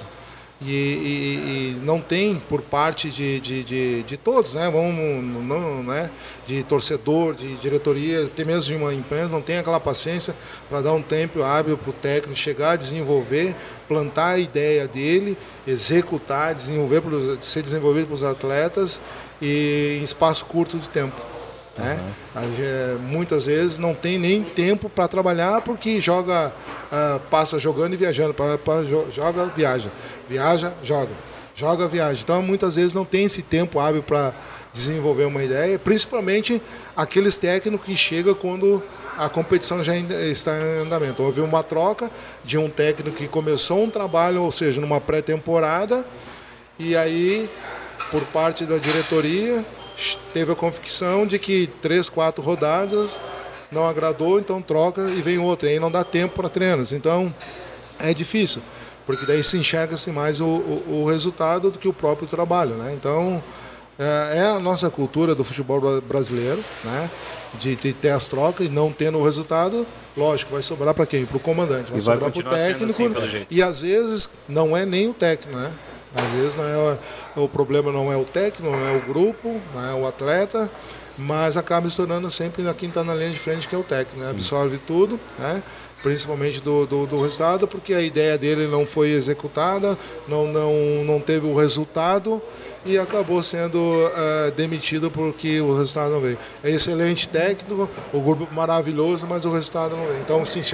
E não tem por parte de todos, né? Né? De torcedor, de diretoria, até mesmo de uma empresa, não tem aquela paciência para dar um tempo hábil para o técnico chegar, desenvolver, plantar a ideia dele, executar, ser desenvolvido pelos atletas e em espaço curto de tempo. Né? Muitas vezes não tem nem tempo para trabalhar porque passa jogando e viajando, joga, viaja, joga, viaja. Então muitas vezes não tem esse tempo hábil para desenvolver uma ideia, principalmente aqueles técnicos que chegam quando a competição já está em andamento. Houve uma troca de um técnico que começou um trabalho, ou seja, numa pré-temporada, e aí por parte da diretoria teve a convicção de que 3, 4 rodadas não agradou, então troca e vem outra. E aí não dá tempo para treinos. Então é difícil, porque daí se enxerga-se mais o resultado do que o próprio trabalho, né? Então é a nossa cultura do futebol brasileiro, né? De ter as trocas e não tendo o resultado, lógico, vai sobrar para quem? Para o comandante, vai sobrar para o técnico. Assim, e às vezes não é nem o técnico, né? Às vezes o problema não é o técnico, não é o grupo, não é o atleta, mas acaba se tornando sempre quem está na linha de frente, que é o técnico, né? Absorve tudo, né? principalmente do resultado, porque a ideia dele não foi executada, não teve o resultado e acabou sendo demitido porque o resultado não veio. É excelente técnico, o grupo maravilhoso, mas o resultado não veio. Então, assim,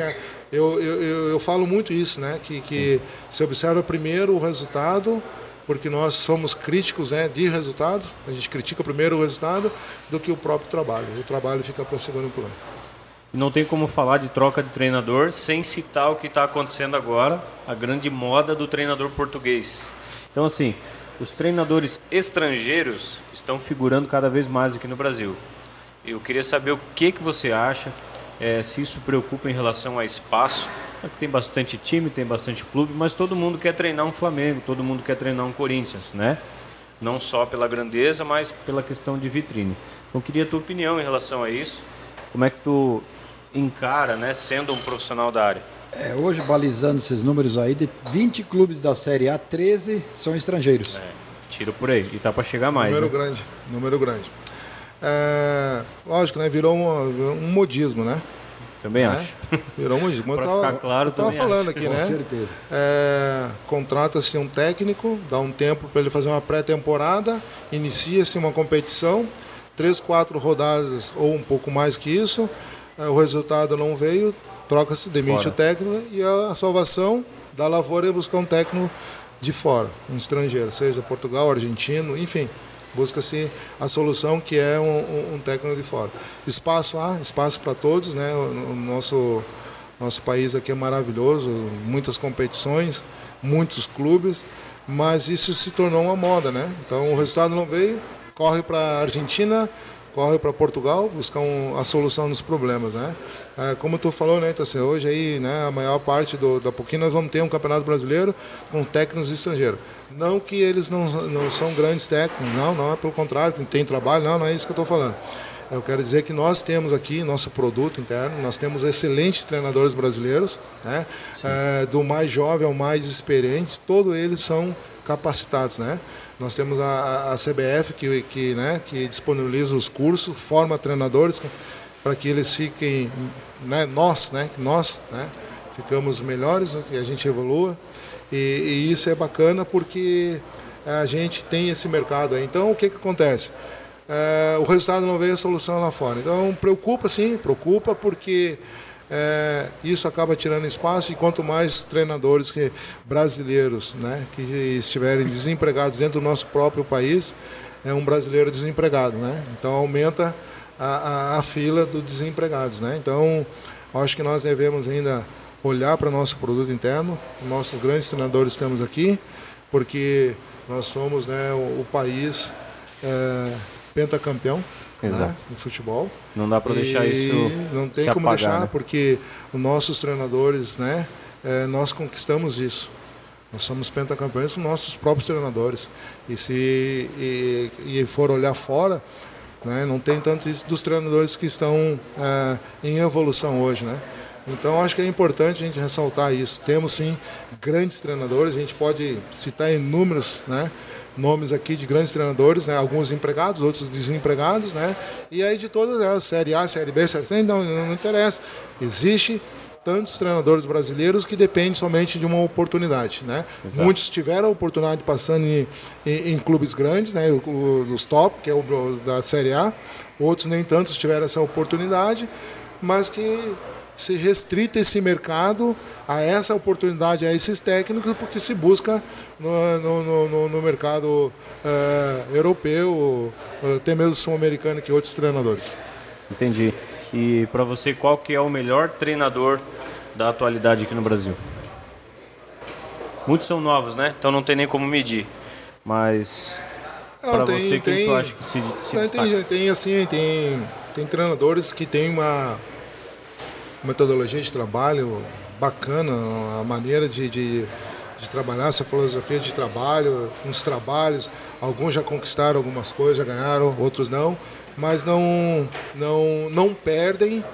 eu falo muito isso, né? Que se observa primeiro o resultado, porque nós somos críticos, né, de resultado, a gente critica primeiro o resultado do que o próprio trabalho. O trabalho fica para segundo plano. Não tem como falar de troca de treinador sem citar o que está acontecendo agora, a grande moda do treinador português. Então, assim, os treinadores estrangeiros estão figurando cada vez mais aqui no Brasil. Eu queria saber o que você acha, se isso preocupa em relação a espaço. Tem bastante time, tem bastante clube, mas todo mundo quer treinar um Flamengo, todo mundo quer treinar um Corinthians, né? Não só pela grandeza, mas pela questão de vitrine. Então, eu queria a tua opinião em relação a isso. Como é que tu encara, né, sendo um profissional da área? Hoje, balizando esses números aí, de 20 clubes da Série A, 13 são estrangeiros. Tiro por aí, e tá para chegar mais. Número grande. Lógico, né, virou um modismo, né? Também acho. Virou um modismo. Para ficar claro, eu tava falando acho. aqui, né? Com certeza. Contrata-se um técnico, dá um tempo para ele fazer uma pré-temporada, inicia-se uma competição, 3, 4 rodadas ou um pouco mais que isso, o resultado não veio, troca-se, demite o técnico e a salvação da lavoura é buscar um técnico de fora, um estrangeiro, seja Portugal, argentino, enfim. Busca-se a solução que é um técnico de fora. Espaço para todos, né? O nosso país aqui é maravilhoso, muitas competições, muitos clubes, mas isso se tornou uma moda, né? Então o resultado não veio, corre para a Argentina, corre para Portugal, buscar a solução dos problemas, né? Como tu falou, né, então, assim, hoje aí, né, a maior parte da pouquinho nós vamos ter um campeonato brasileiro com técnicos estrangeiros. Não que eles não são grandes técnicos, não é pelo contrário, que tem trabalho, não é isso que eu estou falando. Eu quero dizer que nós temos aqui nosso produto interno, nós temos excelentes treinadores brasileiros, né? Do mais jovem ao mais experiente, todos eles são capacitados, né? Nós temos a CBF que disponibiliza os cursos, forma treinadores para que eles fiquem, né, nós ficamos melhores, que a gente evolua e isso é bacana porque a gente tem esse mercado aí. Então o que acontece? O resultado não veio, a solução lá fora. Então preocupa porque isso acaba tirando espaço e quanto mais treinadores brasileiros, né, que estiverem desempregados dentro do nosso próprio país, é um brasileiro desempregado, né? Então aumenta a fila dos desempregados, né? Então acho que nós devemos ainda olhar para o nosso produto interno, nossos grandes treinadores temos aqui, porque nós somos, né, o país pentacampeão. Exato. Né, no futebol. Não dá para deixar isso. Não tem como apagar, deixar, né? Porque os nossos treinadores, né, nós conquistamos isso. Nós somos pentacampeões com nossos próprios treinadores. E se for olhar fora, né, não tem tanto isso dos treinadores que estão em evolução hoje, né? Então acho que é importante a gente ressaltar isso. Temos sim grandes treinadores, a gente pode citar inúmeros, né, nomes aqui de grandes treinadores, né? Alguns empregados, outros desempregados, né? E aí de todas elas, Série A, Série B, Série C, não interessa. Existe tantos treinadores brasileiros que dependem somente de uma oportunidade, né? Exato. Muitos tiveram a oportunidade passando em clubes grandes, né? Os top, que é o da Série A. Outros nem tantos tiveram essa oportunidade, mas que se restrita esse mercado a essa oportunidade, a esses técnicos, porque se busca no mercado europeu, até mesmo sul-americano, que outros treinadores. Entendi. E para você, qual que é o melhor treinador da atualidade aqui no Brasil? Muitos são novos, né? Então não tem nem como medir. Mas para você, quem tu acha que se destaca? Tem treinadores que têm uma metodologia de trabalho bacana, a maneira de trabalhar, essa filosofia de trabalho, uns trabalhos, alguns já conquistaram algumas coisas, já ganharam, outros não, mas não perdem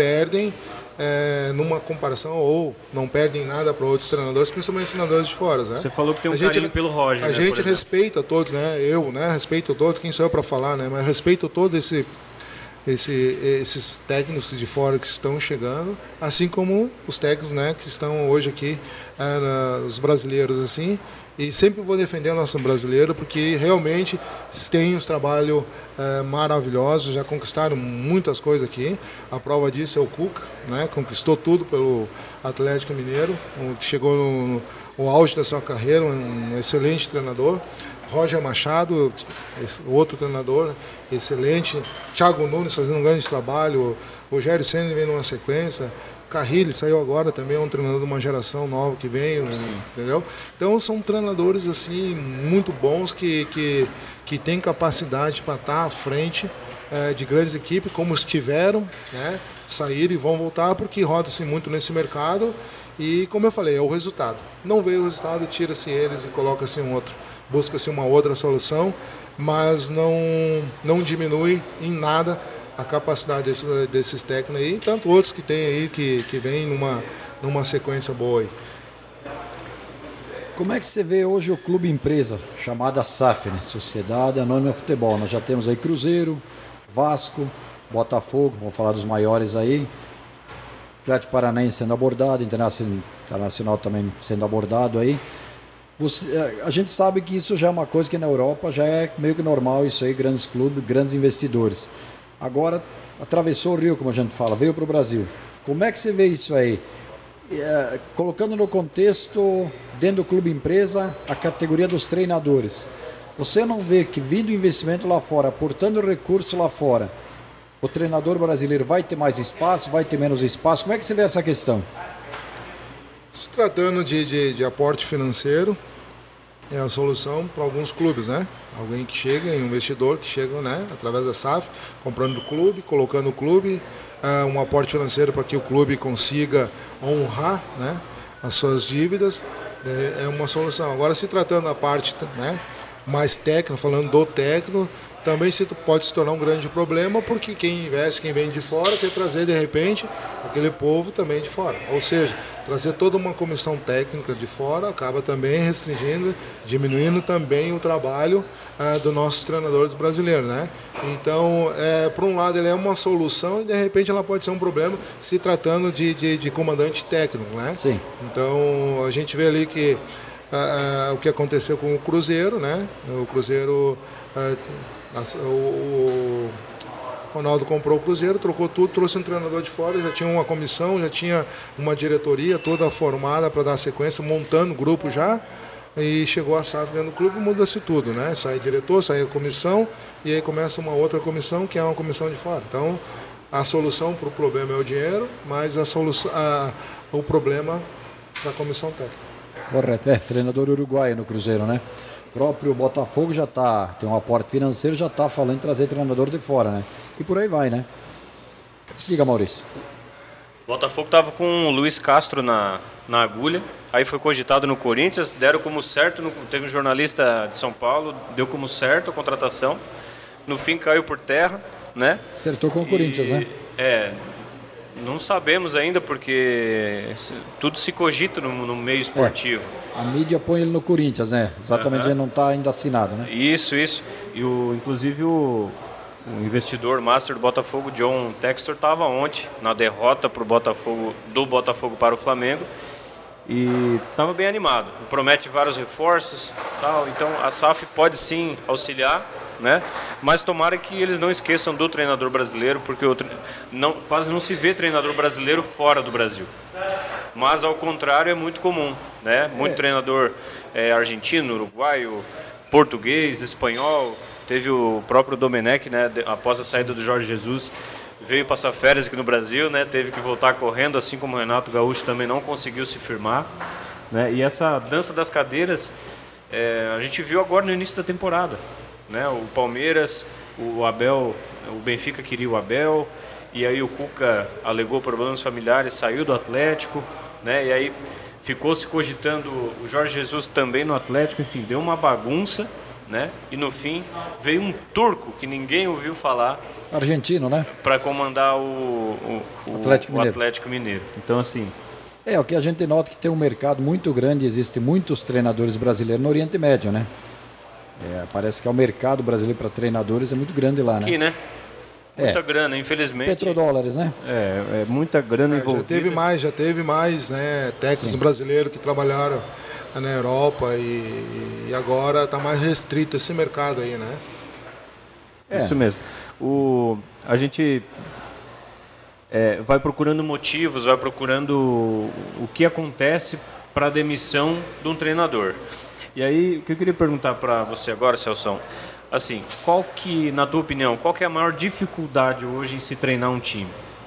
numa comparação, ou não perdem nada para outros treinadores, principalmente treinadores de fora, né? Você falou que tem um carinho pelo Roger, a gente respeita todos, né? Eu, né, respeito todos, quem sou eu para falar, né? Mas respeito todo esses técnicos de fora que estão chegando, assim como os técnicos, né, que estão hoje aqui, os brasileiros, assim. E sempre vou defender o nosso brasileiro, porque realmente tem uns trabalhos maravilhosos, já conquistaram muitas coisas aqui. A prova disso é o Cuca, né? Conquistou tudo pelo Atlético Mineiro, que chegou no auge da sua carreira, um excelente treinador. Roger Machado, outro treinador excelente. Thiago Nunes fazendo um grande trabalho. Rogério Ceni vem numa sequência. Carrilho saiu agora também, é um treinador de uma geração nova que veio, entendeu? Então são treinadores assim muito bons que têm capacidade para estar à frente de grandes equipes, como estiveram, né? Saíram e vão voltar, porque roda-se muito nesse mercado e, como eu falei, é o resultado. Não veio o resultado, tira-se eles e coloca-se um outro. Busca-se uma outra solução, mas não diminui em nada a capacidade desses técnicos aí, e tanto outros que tem aí que vem numa sequência boa aí. Como é que você vê hoje o clube empresa, chamada SAF, né? Sociedade Anônima Futebol? Nós já temos aí Cruzeiro, Vasco, Botafogo, vamos falar dos maiores aí, Atlético Paranaense sendo abordado, Internacional também sendo abordado aí. A gente sabe que isso já é uma coisa que na Europa já é meio que normal, isso aí, grandes clubes, grandes investidores. Agora atravessou o rio, como a gente fala, veio para o Brasil. Como é que você vê isso aí? Colocando no contexto, dentro do clube empresa, a categoria dos treinadores. Você não vê que vindo investimento lá fora, aportando recurso lá fora, o treinador brasileiro vai ter mais espaço, vai ter menos espaço? Como é que você vê essa questão? Se tratando de aporte financeiro, é a solução para alguns clubes, né? Alguém que chega, um investidor que chega, né, através da SAF, comprando o clube, colocando o clube, um aporte financeiro para que o clube consiga honrar, né, as suas dívidas, é uma solução. Agora, se tratando da parte, né, mais técnica, falando do técnico, também pode se tornar um grande problema, porque quem investe, quem vem de fora, quer trazer de repente aquele povo também de fora. Ou seja, trazer toda uma comissão técnica de fora acaba também restringindo, diminuindo também o trabalho dos nossos treinadores brasileiros, né? Então, por um lado, ele é uma solução e de repente ela pode ser um problema se tratando de comandante técnico, né? Sim. Então, a gente vê ali que o que aconteceu com o Cruzeiro, né? O Cruzeiro... O Ronaldo comprou o Cruzeiro, trocou tudo, trouxe um treinador de fora, já tinha uma comissão, já tinha uma diretoria toda formada para dar sequência, montando o grupo já, e chegou a SAF dentro do clube, muda-se tudo, né? Sai diretor, sai a comissão, e aí começa uma outra comissão, que é uma comissão de fora. Então, a solução para o problema é o dinheiro, mas o problema é a comissão técnica. Correto, treinador uruguaio no Cruzeiro, né? O próprio Botafogo já tem um aporte financeiro, já está falando em trazer treinador de fora, né? E por aí vai, né? Diga, Maurício. O Botafogo estava com o Luiz Castro na agulha, aí foi cogitado no Corinthians, deram como certo, teve um jornalista de São Paulo, deu como certo a contratação, no fim caiu por terra, né? Acertou com o Corinthians, né? Não sabemos ainda, porque tudo se cogita no meio esportivo. A mídia põe ele no Corinthians, né? Exatamente, ele não está ainda assinado, né? Isso. E inclusive o investidor master do Botafogo, John Textor, estava ontem na derrota do Botafogo para o Flamengo e estava bem animado. Promete vários reforços, tal. Então a SAF pode sim auxiliar, né? Mas tomara que eles não esqueçam do treinador brasileiro, porque quase não se vê treinador brasileiro fora do Brasil. Mas ao contrário é muito comum, né? Muito treinador argentino, uruguaio, português, espanhol. Teve o próprio Domenech, né? Após a saída do Jorge Jesus, veio passar férias aqui no Brasil, né? Teve que voltar correndo, assim como o Renato Gaúcho também não conseguiu se firmar, né? E essa dança das cadeiras a gente viu agora no início da temporada, né? O Palmeiras, o Abel, o Benfica queria o Abel, e aí o Cuca alegou problemas familiares, saiu do Atlético, né? E aí ficou se cogitando o Jorge Jesus também no Atlético, enfim, deu uma bagunça, né? E no fim veio um turco que ninguém ouviu falar, argentino, né? Para comandar o Atlético Mineiro. Então, assim... o que a gente nota que tem um mercado muito grande, existem muitos treinadores brasileiros no Oriente Médio, né? Parece que o mercado brasileiro para treinadores é muito grande lá, né? Aqui, né? Muita grana, infelizmente. Petrodólares, né? É muita grana envolvida. Já teve mais, né, técnicos brasileiros que trabalharam na Europa e agora está mais restrito esse mercado aí, né? Isso mesmo. A gente vai procurando motivos, vai procurando o que acontece para a demissão de um treinador. E aí, o que eu queria perguntar para você agora, Celso, assim, na tua opinião, qual que é a maior dificuldade hoje em se treinar um time?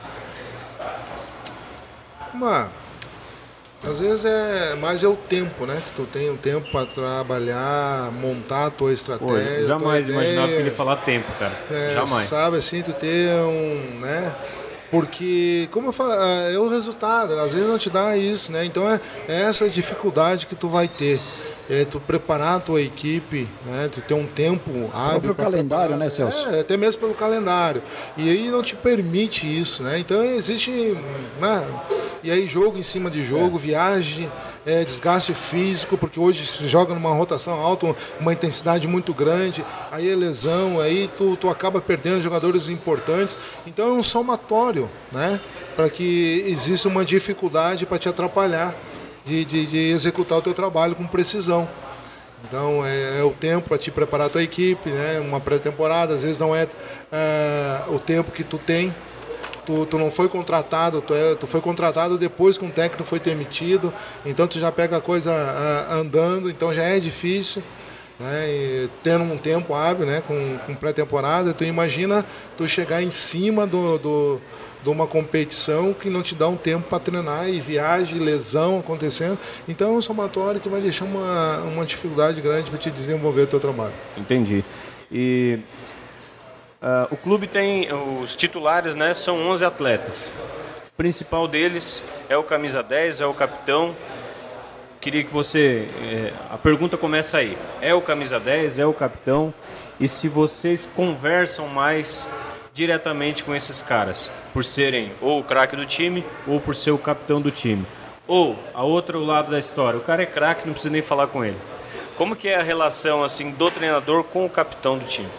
Às vezes mais o tempo, né? Que tu tem um tempo para trabalhar, montar a tua estratégia. Pô, jamais imaginava que ele ia falar tempo, cara. Jamais. Sabe, assim, tu ter né? Porque, como eu falo, é o resultado, às vezes não te dá isso, né? Então é essa dificuldade que tu vai ter. Tu preparar a tua equipe, né? Tu ter um tempo hábil. Pelo calendário, né, Celso? Até mesmo pelo calendário. E aí não te permite isso, né? Então existe, né? E aí jogo em cima de jogo, viagem, desgaste físico, porque hoje se joga numa rotação alta, uma intensidade muito grande, aí é lesão, aí tu acaba perdendo jogadores importantes. Então é um somatório, né? Para que exista uma dificuldade para te atrapalhar de executar o teu trabalho com precisão. Então é o tempo para te preparar a tua equipe, né? Uma pré-temporada, às vezes não é o tempo que tu tem. Tu não foi contratado, tu foi contratado depois que um técnico foi demitido, então tu já pega a coisa andando, então já é difícil, né? E tendo um tempo hábil, né? Com pré-temporada, tu imagina tu chegar em cima de uma competição que não te dá um tempo para treinar, e viagem, lesão acontecendo. Então é um somatório que vai deixar uma dificuldade grande para te desenvolver o teu trabalho. Entendi. E o clube tem os titulares, né? São 11 atletas. O principal deles é o camisa 10, é o capitão. Queria que você... a pergunta começa aí. É o camisa 10, é o capitão? E se vocês conversam mais diretamente com esses caras, por serem ou o craque do time, ou por ser o capitão do time. Ou, a outro lado da história, o cara é craque, não precisa nem falar com ele. Como que é a relação assim do treinador com o capitão do time?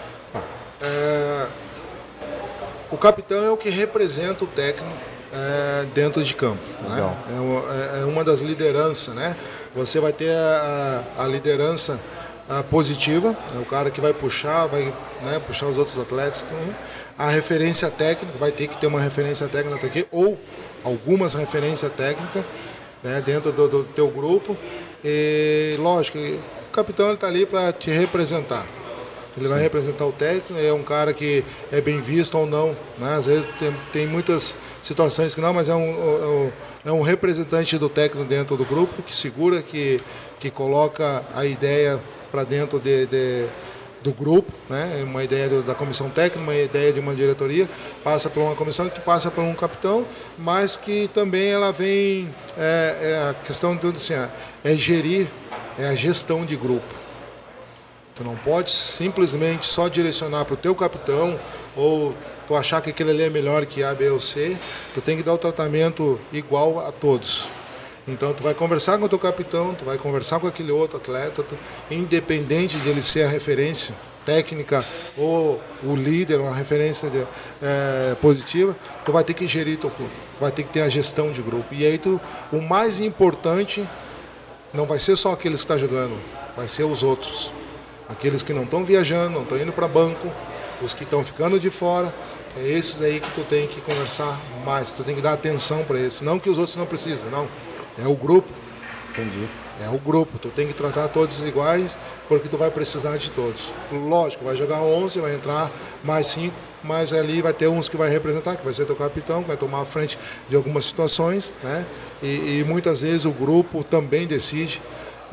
O capitão é o que representa o técnico dentro de campo, né? É uma das lideranças, né? Você vai ter a liderança positiva, é o cara que vai puxar, puxar os outros atletas. A referência técnica, vai ter que ter uma referência técnica aqui, ou algumas referências técnicas, né, dentro do teu grupo. E lógico, o capitão está ali para te representar. Ele vai representar o técnico, é um cara que é bem visto ou não, né? Às vezes tem muitas situações que não, mas é um representante do técnico dentro do grupo, que segura, que coloca a ideia para dentro do grupo, né? Uma ideia da comissão técnica, uma ideia de uma diretoria, passa por uma comissão que passa por um capitão, mas que também ela vem, a questão de assim, gerir, a gestão de grupo. Tu não pode simplesmente só direcionar para o teu capitão, ou tu achar que aquele ali é melhor que A, B ou C. Tu tem que dar o tratamento igual a todos. Então tu vai conversar com o teu capitão, tu vai conversar com aquele outro atleta, independente de ele ser a referência técnica ou o líder, uma referência positiva, tu vai ter que gerir teu clube, tu vai ter que ter a gestão de grupo. E aí o mais importante não vai ser só aqueles que estão jogando, vai ser os outros. Aqueles que não estão viajando, não estão indo para banco, os que estão ficando de fora, é esses aí que tu tem que conversar mais, tu tem que dar atenção para esses. Não que os outros não precisem, não. É o grupo. Entendi. É o grupo, tu tem que tratar todos iguais, porque tu vai precisar de todos. Lógico, vai jogar 11, vai entrar mais 5, mas ali vai ter uns que vai representar, que vai ser teu capitão, que vai tomar a frente de algumas situações, né? E muitas vezes o grupo também decide,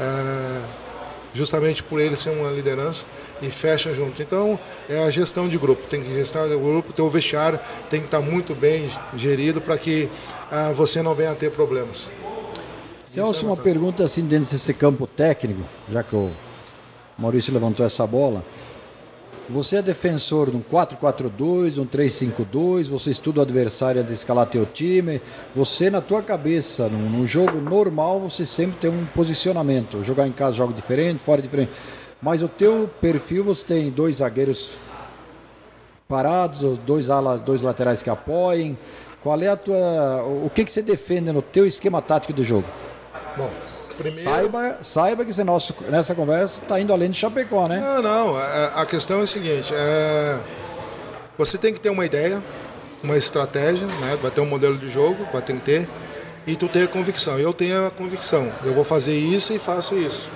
justamente por ele ser uma liderança, e fecha junto. Então, é a gestão de grupo. Tem que gestar o grupo, teu vestiário tem que estar muito bem gerido para que você não venha a ter problemas. Celso, uma pergunta assim dentro desse campo técnico, já que o Maurício levantou essa bola. Você é defensor de um 4-4-2, de um 3-5-2, você estuda o adversário antes de escalar teu time. Você, na tua cabeça, num jogo normal, você sempre tem um posicionamento. Jogar em casa, jogo diferente, fora diferente. Mas o teu perfil, você tem dois zagueiros parados, dois alas, dois laterais que apoiem. Qual é o que você defende no teu esquema tático do jogo? Bom, primeiro... Saiba que nessa conversa está indo além de Chapecó, né? Não. A questão é a seguinte. Você tem que ter uma ideia, uma estratégia, né? Vai ter um modelo de jogo, vai ter que ter. E tu tem a convicção. Eu tenho a convicção. Eu vou fazer isso e faço isso.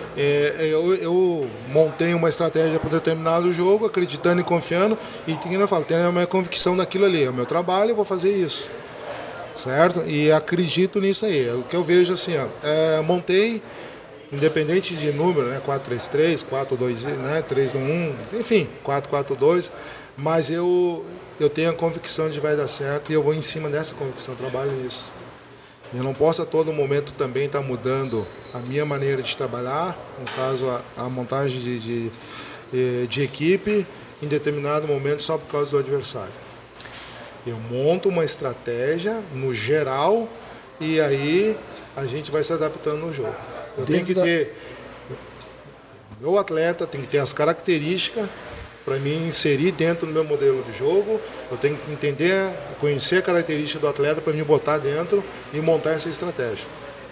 Eu montei uma estratégia para determinado jogo, acreditando e confiando, e eu falo, tenho a minha convicção naquilo ali, é o meu trabalho, eu vou fazer isso, certo? E acredito nisso aí. O que eu vejo assim, montei, independente de número, né, 4-3-3, 4-2, né, 3-1, enfim, 4-4-2, mas eu tenho a convicção de que vai dar certo e eu vou em cima dessa convicção, trabalho nisso. Eu não posso a todo momento também estar mudando a minha maneira de trabalhar, no caso a montagem de equipe, em determinado momento só por causa do adversário. Eu monto uma estratégia no geral e aí a gente vai se adaptando no jogo. Eu tenho que ter... O meu atleta tem que ter as características para mim inserir dentro do meu modelo de jogo. Eu tenho que entender, conhecer a característica do atleta para me botar dentro e montar essa estratégia.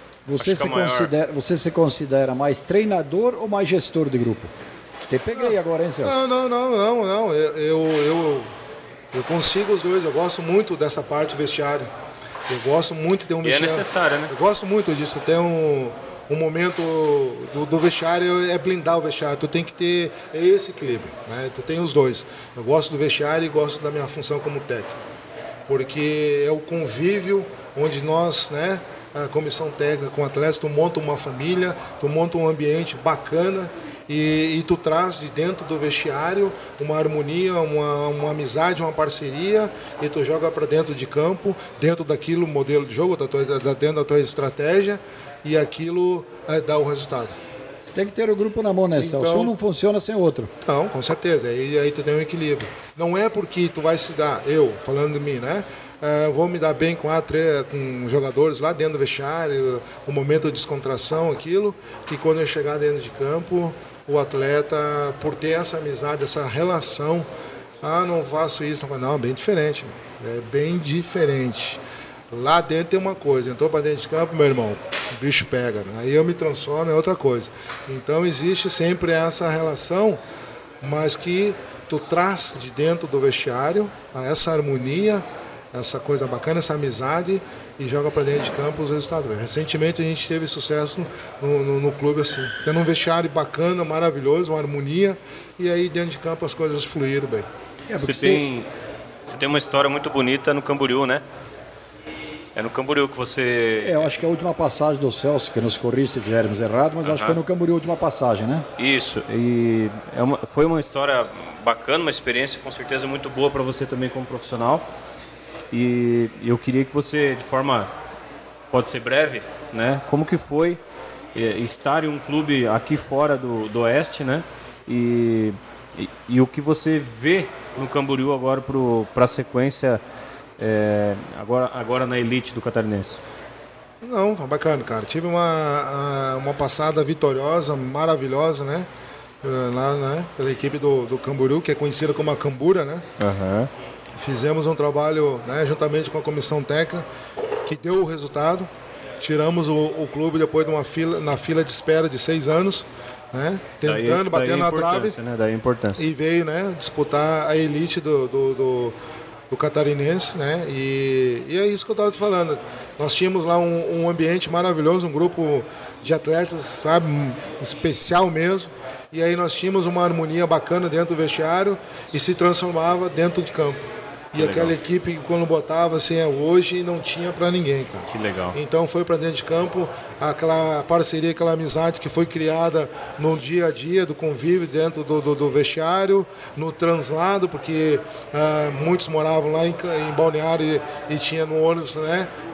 Você se considera mais treinador ou mais gestor de grupo? Te peguei agora, hein, Celso? Não. Eu consigo os dois. Eu gosto muito dessa parte vestiário. Eu gosto muito de ter um vestiário. E é necessário, né? Eu gosto muito disso. Ter um momento do vestiário é blindar o vestiário. Tu tem que ter esse equilíbrio, né? Tu tem os dois. Eu gosto do vestiário e gosto da minha função como técnico, porque é o convívio onde nós, né, a comissão técnica com atletas, tu monta uma família, tu monta um ambiente bacana e tu traz de dentro do vestiário uma harmonia, uma amizade, uma parceria, e tu joga para dentro de campo, dentro daquilo modelo de jogo, dentro da tua estratégia, e aquilo dá o resultado. Você tem que ter o grupo na mão, né, Celso? Então, um não funciona sem o outro. Não, com certeza. Aí tu tem um equilíbrio. Não é porque tu vai se dar, eu, falando de mim, né? Vou me dar bem com jogadores lá dentro do vestiário, um momento de descontração, aquilo, que quando eu chegar dentro de campo, o atleta, por ter essa amizade, essa relação, não faço isso, não, é bem diferente. É bem diferente. Lá dentro tem uma coisa, entrou para dentro de campo, meu irmão, o bicho pega, né? Aí eu me transformo em outra coisa. Então existe sempre essa relação, mas que tu traz de dentro do vestiário essa harmonia, essa coisa bacana, essa amizade, e joga para dentro de campo os resultados. Recentemente a gente teve sucesso no clube assim, tendo um vestiário bacana, maravilhoso, uma harmonia, e aí dentro de campo as coisas fluíram bem. Você tem uma história muito bonita no Camboriú, né? É no Camboriú que você... Eu acho que é a última passagem do Celso, que nos corrige se estivermos errados, mas acho que foi no Camboriú a última passagem, né? Isso, e foi uma história bacana, uma experiência com certeza muito boa para você também como profissional. E eu queria que você, de forma, pode ser breve, né? Como que foi estar em um clube aqui fora do Oeste, né? E o que você vê no Camboriú agora para a sequência... agora na elite do Catarinense? Não, foi bacana, cara. Tive uma passada vitoriosa, maravilhosa, né? Lá, né? Pela equipe do Camboriú, que é conhecida como a Cambura, né? Uhum. Fizemos um trabalho, né, juntamente com a comissão técnica, que deu o resultado. Tiramos o clube depois de na fila de espera de 6 anos, né? Tentando, batendo na trave, né? Daí a importância. E veio, né, disputar a elite do Catarinense, né? E é isso que eu estava te falando. Nós tínhamos lá um ambiente maravilhoso, um grupo de atletas, sabe, especial mesmo. E aí nós tínhamos uma harmonia bacana dentro do vestiário e se transformava dentro de campo. E legal. Aquela equipe, quando botava assim, hoje não tinha para ninguém, cara. Que legal. Então foi para dentro de campo, aquela parceria, aquela amizade que foi criada no dia a dia do convívio dentro do vestiário, no translado, porque muitos moravam lá em Balneário e tinha no ônibus, né,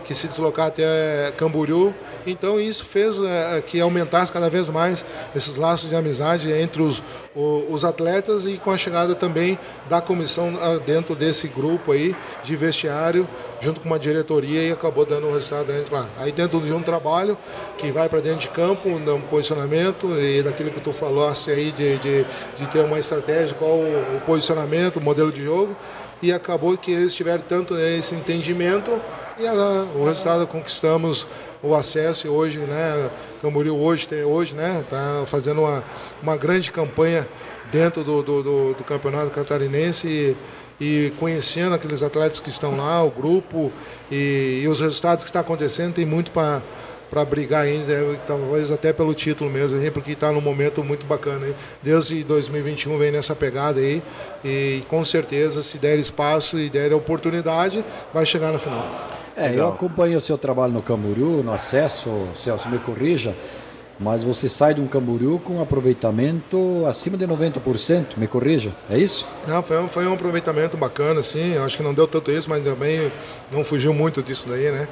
que se deslocar até Camboriú. Então isso fez que aumentasse cada vez mais esses laços de amizade entre os atletas e com a chegada também da comissão dentro desse grupo aí de vestiário, junto com uma diretoria, e acabou dando um resultado dentro lá. Aí dentro de um trabalho que vai para dentro de campo, um posicionamento, e daquilo que tu falasse aí de ter uma estratégia, qual o posicionamento, o modelo de jogo, e acabou que eles tiveram tanto esse entendimento e o resultado conquistamos o acesso. E hoje, né, Camboriú hoje, né, tá fazendo uma grande campanha dentro do campeonato catarinense e conhecendo aqueles atletas que estão lá, o grupo e os resultados que estão acontecendo. Tem muito para brigar ainda, talvez até pelo título mesmo, porque está num momento muito bacana. Desde 2021 vem nessa pegada aí e com certeza, se der espaço e der oportunidade, vai chegar na final. Eu acompanhei o seu trabalho no Camboriú, no acesso, Celso, me corrija, mas você sai de um Camboriú com um aproveitamento acima de 90%, me corrija, é isso? Não, foi um aproveitamento bacana, assim, acho que não deu tanto isso, mas também não fugiu muito disso daí, né?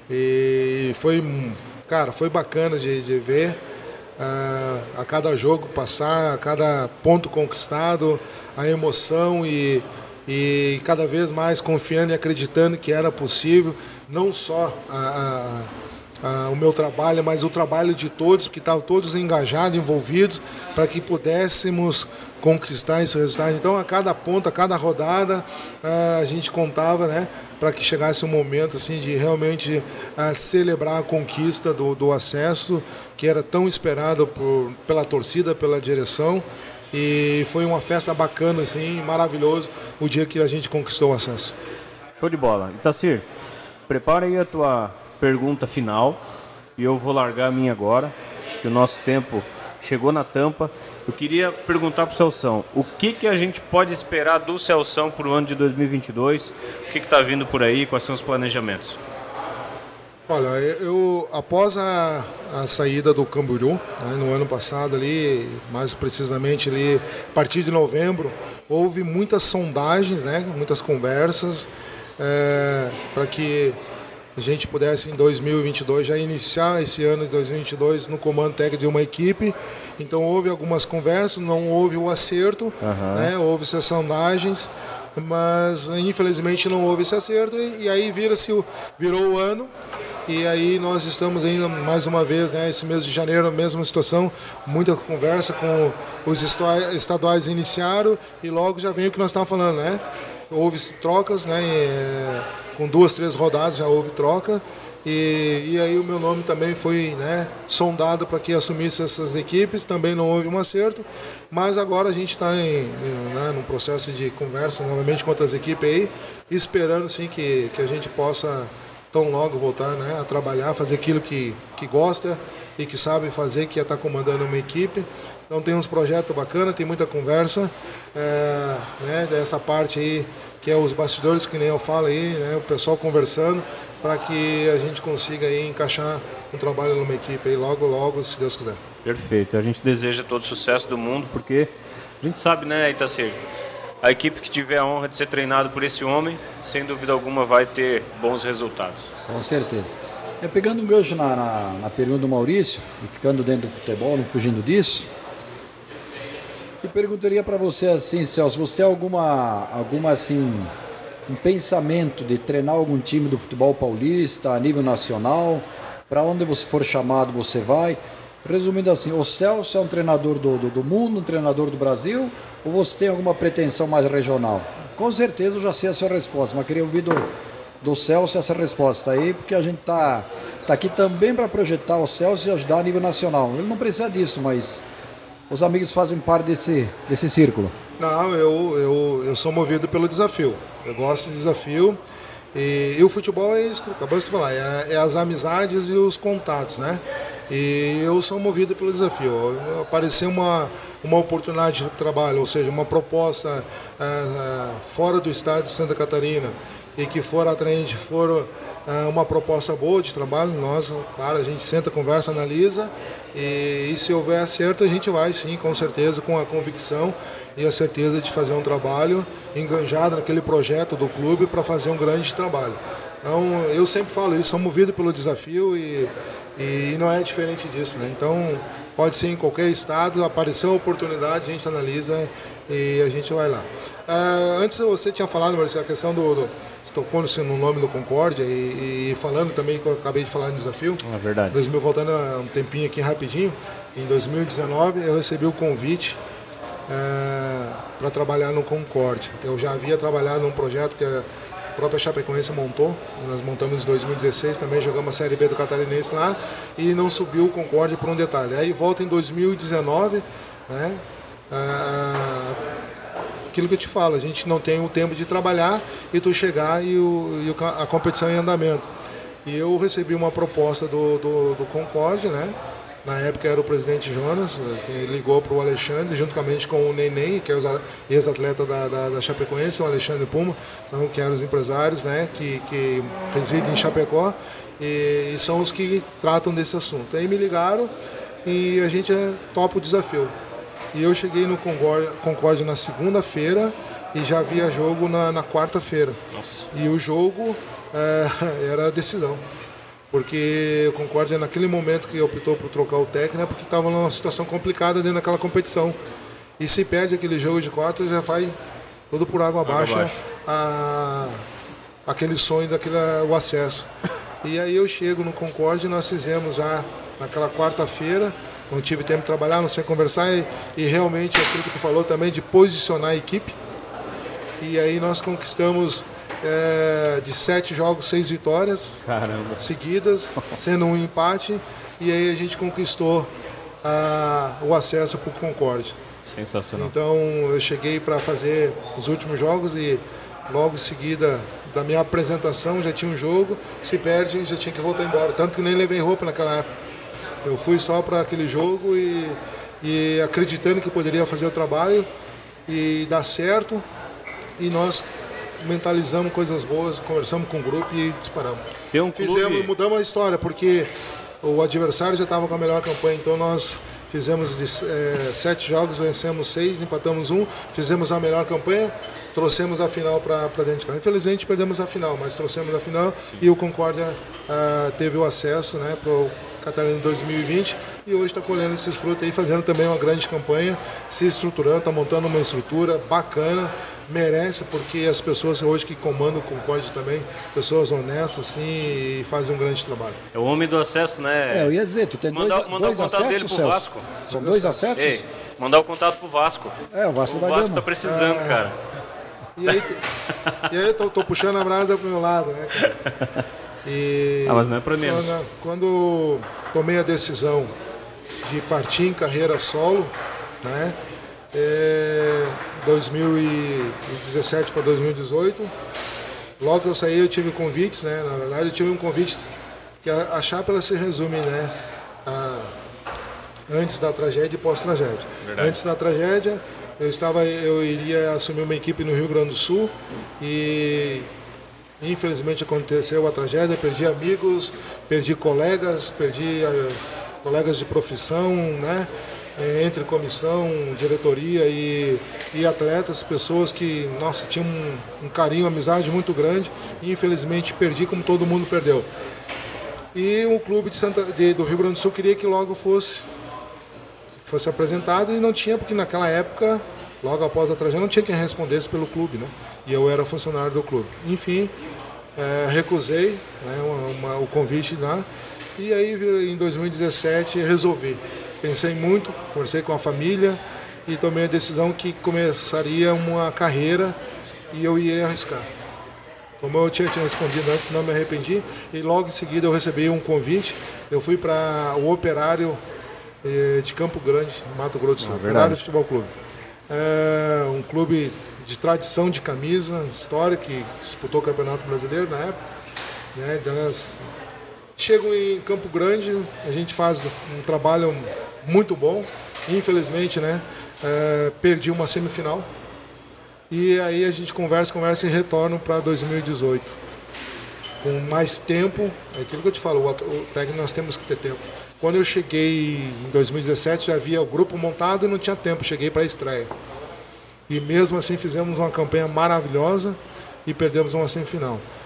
E foi bacana de ver a cada jogo passar, a cada ponto conquistado, a emoção e cada vez mais confiando e acreditando que era possível, não só o meu trabalho, mas o trabalho de todos, porque estavam todos engajados, envolvidos, para que pudéssemos conquistar esse resultado. Então, a cada ponto, a cada rodada, a gente contava, né, para que chegasse um momento assim, de realmente celebrar a conquista do acesso, que era tão esperado pela torcida, pela direção. E foi uma festa bacana, assim, maravilhoso, o dia que a gente conquistou o acesso. Show de bola. Itacir, prepara aí a tua pergunta final e eu vou largar a minha agora, que o nosso tempo chegou na tampa. Eu queria perguntar para o Celção, o que a gente pode esperar do Celção para o ano de 2022? O que está vindo por aí? Quais são os planejamentos? Olha, após a saída do Camboriú, né, no ano passado ali, mais precisamente ali, a partir de novembro, houve muitas sondagens, né, muitas conversas para que a gente pudesse em 2022 já iniciar esse ano de 2022 no comando técnico de uma equipe. Então houve algumas conversas, não houve o acerto, né, houve essas sondagens, mas infelizmente não houve esse acerto e aí virou o ano. E aí nós estamos ainda mais uma vez, né, esse mês de janeiro, a mesma situação, muita conversa com os estaduais iniciaram e logo já vem o que nós estávamos falando, né? Houve trocas, né, com 2, 3 rodadas já houve troca e aí o meu nome também foi, né, sondado para que assumisse essas equipes, também não houve um acerto, mas agora a gente está num processo de conversa novamente com outras equipes aí, esperando sim que a gente possa tão logo voltar, né, a trabalhar, fazer aquilo que gosta e que sabe fazer, que é estar comandando uma equipe. Então tem uns projetos bacanas, tem muita conversa, né, dessa parte aí, que é os bastidores, que nem eu falo aí, né, o pessoal conversando, para que a gente consiga aí encaixar um trabalho numa equipe aí logo, se Deus quiser. Perfeito, a gente deseja todo o sucesso do mundo, porque a gente sabe, né, Itacir, a equipe que tiver a honra de ser treinado por esse homem, sem dúvida alguma vai ter bons resultados. Com certeza. Pegando um gancho na pergunta do Maurício, e ficando dentro do futebol, não fugindo disso, eu perguntaria para você assim, Celso, você tem alguma assim, um pensamento de treinar algum time do futebol paulista a nível nacional? Para onde você for chamado, você vai? Resumindo assim, o Celso é um treinador do mundo, um treinador do Brasil, ou você tem alguma pretensão mais regional? Com certeza eu já sei a sua resposta, mas queria ouvir do Celso essa resposta aí, porque a gente tá aqui também para projetar o Celso e ajudar a nível nacional. Ele não precisa disso, mas os amigos fazem parte desse círculo. Não, eu sou movido pelo desafio. Eu gosto de desafio. E o futebol é isso que acabou de falar, é as amizades e os contatos, né? E eu sou movido pelo desafio. Apareceu uma oportunidade de trabalho, ou seja, uma proposta fora do estado de Santa Catarina, e que for atraente, for uma proposta boa de trabalho, nós, claro, a gente senta, conversa, analisa, e se houver acerto, a gente vai sim, com certeza, com a convicção e a certeza de fazer um trabalho enganjado naquele projeto do clube para fazer um grande trabalho. Então, eu sempre falo isso, sou movido pelo desafio e não é diferente disso, né? Então, pode ser em qualquer estado, apareceu a oportunidade, a gente analisa e a gente vai lá. Antes você tinha falado, Maurício, a questão você tocou no nome do Concórdia e falando também, que eu acabei de falar no desafio. É verdade. Voltando um tempinho aqui rapidinho, em 2019 eu recebi o convite para trabalhar no Concórdia. Eu já havia trabalhado num projeto que a própria Chapecoense montou, nós montamos em 2016, também jogamos a Série B do Catarinense lá e não subiu o Concórdia por um detalhe. Aí volta em 2019, né? Aquilo que eu te falo, a gente não tem o tempo de trabalhar e tu chegar e a competição em andamento. E eu recebi uma proposta do Concórdia, né? Na época era o presidente Jonas, que ligou para o Alexandre, juntamente com o Neném, que é o ex-atleta da Chapecoense, o Alexandre Puma, que eram os empresários, né? Que residem em Chapecó e são os que tratam desse assunto. Aí me ligaram e a gente topa o desafio. E eu cheguei no Concórdia na segunda-feira e já havia jogo na quarta-feira. E o jogo era a decisão. Porque o Concórdia, naquele momento que optou por trocar o técnico, porque estava numa situação complicada dentro daquela competição. E se perde aquele jogo de quarta, já vai tudo por água abaixo. Aquele sonho, o acesso. E aí eu chego no Concórdia e nós fizemos já naquela quarta-feira. Não tive tempo de trabalhar, não sei conversar e realmente aquilo que tu falou também de posicionar a equipe. E aí nós conquistamos de 7 jogos, 6 vitórias seguidas, sendo um empate. E aí a gente conquistou o acesso para o Concórdia. Sensacional. Então eu cheguei para fazer os últimos jogos e logo em seguida da minha apresentação já tinha um jogo. Se perde, já tinha que voltar embora. Tanto que nem levei roupa naquela época. Eu fui só para aquele jogo e acreditando que poderia fazer o trabalho e dar certo. E nós mentalizamos coisas boas, conversamos com o grupo e disparamos. Tem um clube... Mudamos a história, porque o adversário já estava com a melhor campanha. Então nós fizemos 7 jogos, vencemos 6, empatamos 1, fizemos a melhor campanha, trouxemos a final para dentro de casa. Infelizmente perdemos a final, mas trouxemos a final. Sim. E o Concórdia teve o acesso, né, para o Catarina em 2020 e hoje está colhendo esses frutos aí, fazendo também uma grande campanha, se estruturando, está montando uma estrutura bacana, merece, porque as pessoas hoje que comandam o Concórdia também, pessoas honestas assim, e fazem um grande trabalho. É o homem do acesso, né? Eu ia dizer, tu tem dois acessos, o contato dele pro Celso? Vasco. São 2 acessos? Ei, mandar o contato pro Vasco. O Vasco vai Vasco tá precisando, cara. E aí tô puxando a brasa pro meu lado, né, cara? Mas não é para menos. Quando tomei a decisão de partir em carreira solo, né, 2017 para 2018, logo que eu saí eu tive convites, né, na verdade eu tive um convite que a Chapa se resume, né, antes da tragédia e pós-tragédia. Antes da tragédia eu iria assumir uma equipe no Rio Grande do Sul e infelizmente aconteceu a tragédia, perdi amigos, perdi colegas, colegas de profissão, né? Entre comissão, diretoria e atletas, pessoas que, nossa, tinham um carinho, uma amizade muito grande e infelizmente perdi como todo mundo perdeu. E o clube do Rio Grande do Sul queria que logo fosse apresentado e não tinha, porque naquela época, logo após a tragédia, não tinha quem respondesse pelo clube, né? E eu era funcionário do clube. Enfim, recusei, né, o convite lá e aí em 2017 resolvi. Pensei muito, conversei com a família e tomei a decisão que começaria uma carreira e eu ia arriscar. Como eu tinha respondido antes, não me arrependi e logo em seguida eu recebi um convite. Eu fui para o Operário de Campo Grande, Mato Grosso do Sul, Operário Futebol Clube. Um clube de tradição de camisa, história, que disputou o Campeonato Brasileiro na época. Né? Chego em Campo Grande, a gente faz um trabalho muito bom. Infelizmente, né, perdi uma semifinal. E aí a gente conversa e retorno para 2018. Com mais tempo, é aquilo que eu te falo, o técnico nós temos que ter tempo. Quando eu cheguei em 2017, já havia o grupo montado e não tinha tempo, cheguei para a estreia. E mesmo assim fizemos uma campanha maravilhosa e perdemos uma semifinal.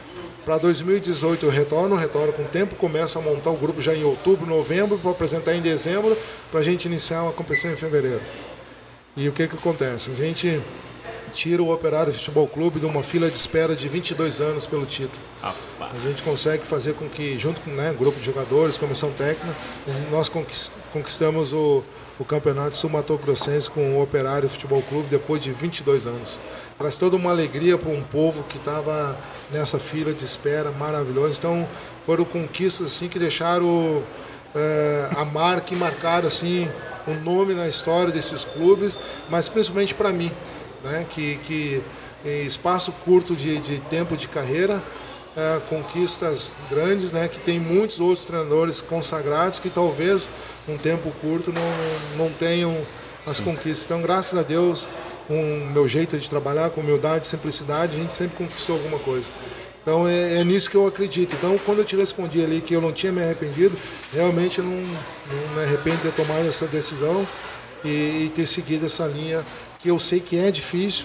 Para 2018 eu retorno com tempo, começo a montar o grupo já em outubro, novembro, para apresentar em dezembro, para a gente iniciar uma competição em fevereiro. E o que acontece? A gente tira o Operário Futebol Clube de uma fila de espera de 22 anos pelo título. A gente consegue fazer com que, junto com grupo de jogadores, comissão técnica, nós conquistamos o Campeonato Sul-Mato-Grossense com o Operário Futebol Clube depois de 22 anos. Traz toda uma alegria para um povo que estava nessa fila de espera maravilhosa. Então, foram conquistas assim, que deixaram a marca e marcaram assim, um nome na história desses clubes, mas principalmente para mim, né, que em espaço curto de tempo de carreira, conquistas grandes, né, que tem muitos outros treinadores consagrados que talvez um tempo curto não tenham as conquistas. Então, graças a Deus, com o meu jeito de trabalhar, com humildade, simplicidade, a gente sempre conquistou alguma coisa. Então é nisso que eu acredito. Então, quando eu te respondi ali que eu não tinha me arrependido, realmente eu não me arrependo de ter tomado essa decisão e ter seguido essa linha, que eu sei que é difícil,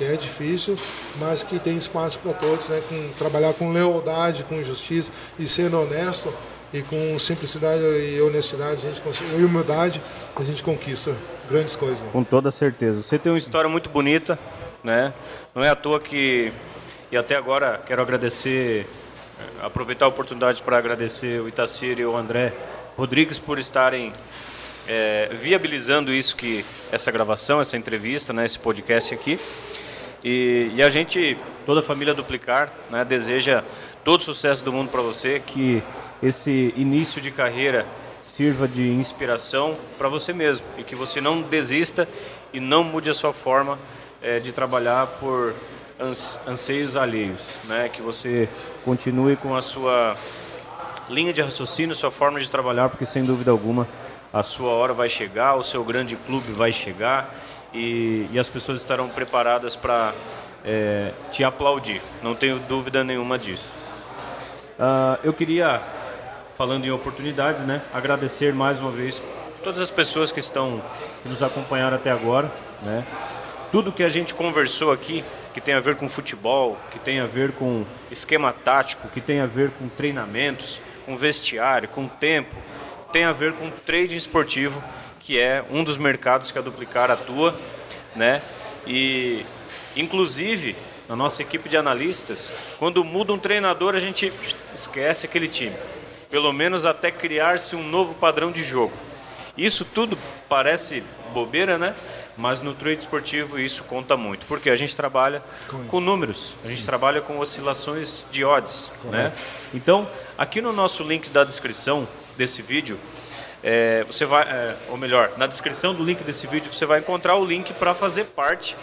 mas que tem espaço para todos, né? Trabalhar com lealdade, com justiça e ser honesto, e com simplicidade e honestidade, e humildade, a gente conquista grandes coisas. Com toda certeza. Você tem uma história muito bonita, né? Não é à toa que, e até agora quero aproveitar a oportunidade para agradecer o Itacir e o André Rodrigues por estarem viabilizando essa gravação, essa entrevista, né, esse podcast aqui. E a gente, toda a família Duplicar, né, deseja todo o sucesso do mundo para você, que esse início de carreira sirva de inspiração para você mesmo e que você não desista e não mude a sua forma de trabalhar por anseios alheios, né? Que você continue com a sua linha de raciocínio, sua forma de trabalhar, porque sem dúvida alguma a sua hora vai chegar, o seu grande clube vai chegar e as pessoas estarão preparadas para te aplaudir, não tenho dúvida nenhuma disso. Eu queria, falando em oportunidades, né, agradecer mais uma vez todas as pessoas que nos acompanharam até agora, né? Tudo que a gente conversou aqui, que tem a ver com futebol, que tem a ver com esquema tático, que tem a ver com treinamentos, com vestiário, com tempo, tem a ver com trading esportivo, que é um dos mercados que a Duplicar atua, né? E, inclusive, na nossa equipe de analistas, quando muda um treinador, a gente esquece aquele time. Pelo menos até criar-se um novo padrão de jogo. Isso tudo parece bobeira, né? Mas no trade esportivo isso conta muito, porque a gente trabalha com números, a gente trabalha com oscilações de odds, né? Então, aqui no nosso link da descrição desse vídeo, você vai, ou melhor, na descrição do link desse vídeo você vai encontrar o link para fazer parte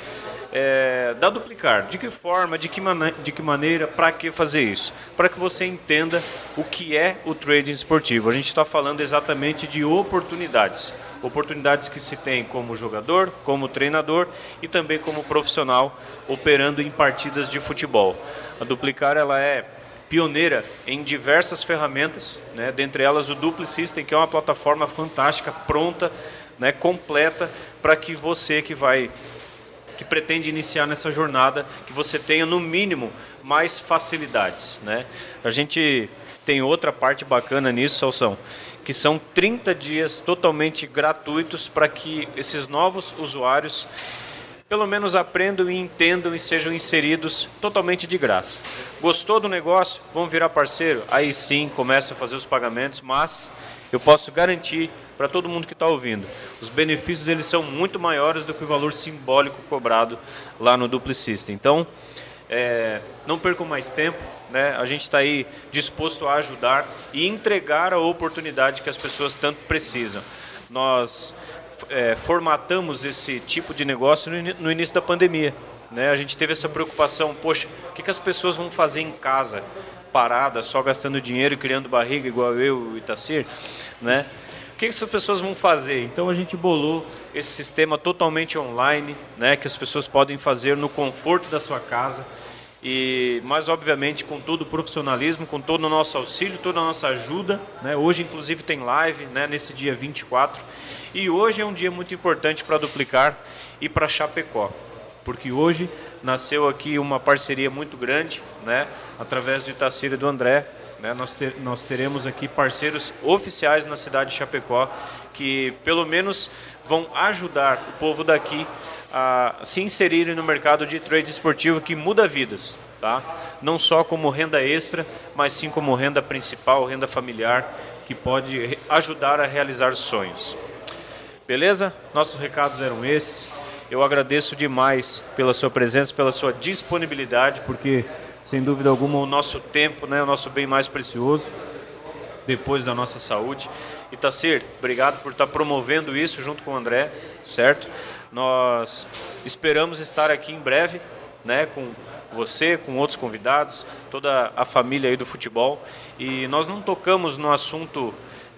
da Duplicar. De que forma, de que maneira, para que fazer isso? Para que você entenda o que é o trading esportivo. A gente está falando exatamente de oportunidades. Oportunidades que se tem como jogador, como treinador e também como profissional operando em partidas de futebol. A Duplicar, ela é pioneira em diversas ferramentas, né? Dentre elas o Dupli System, que é uma plataforma fantástica, pronta, né? Completa, para que você que pretende iniciar nessa jornada, que você tenha no mínimo mais facilidades, né? A gente tem outra parte bacana nisso, Salsão, que são 30 dias totalmente gratuitos para que esses novos usuários pelo menos aprendam e entendam e sejam inseridos totalmente de graça. Gostou do negócio? Vamos virar parceiro? Aí sim, começa a fazer os pagamentos, mas eu posso garantir para todo mundo que está ouvindo, os benefícios eles são muito maiores do que o valor simbólico cobrado lá no Dupli System. Então, não percam mais tempo, né? A gente está aí disposto a ajudar e entregar a oportunidade que as pessoas tanto precisam. Nós formatamos esse tipo de negócio no início da pandemia, né? A gente teve essa preocupação, poxa, o que as pessoas vão fazer em casa, parada, só gastando dinheiro e criando barriga, igual eu e o Itacir, né? O que essas pessoas vão fazer? Então a gente bolou esse sistema totalmente online, né, que as pessoas podem fazer no conforto da sua casa, mas obviamente com todo o profissionalismo, com todo o nosso auxílio, toda a nossa ajuda, né? Hoje inclusive tem live, né, nesse dia 24, e hoje é um dia muito importante para Duplicar e para Chapecó, porque hoje nasceu aqui uma parceria muito grande, né, através do Itacir e do André, né, nós teremos aqui parceiros oficiais na cidade de Chapecó que pelo menos vão ajudar o povo daqui a se inserirem no mercado de trade esportivo que muda vidas, tá? Não só como renda extra, mas sim como renda principal, renda familiar, que pode ajudar a realizar sonhos. Beleza? Nossos recados eram esses. Eu agradeço demais pela sua presença, pela sua disponibilidade, porque, sem dúvida alguma, o nosso tempo, né, é o nosso bem mais precioso, depois da nossa saúde. Itacir, obrigado por estar promovendo isso junto com o André, certo? Nós esperamos estar aqui em breve, né, com você, com outros convidados, toda a família aí do futebol. E nós não tocamos no assunto,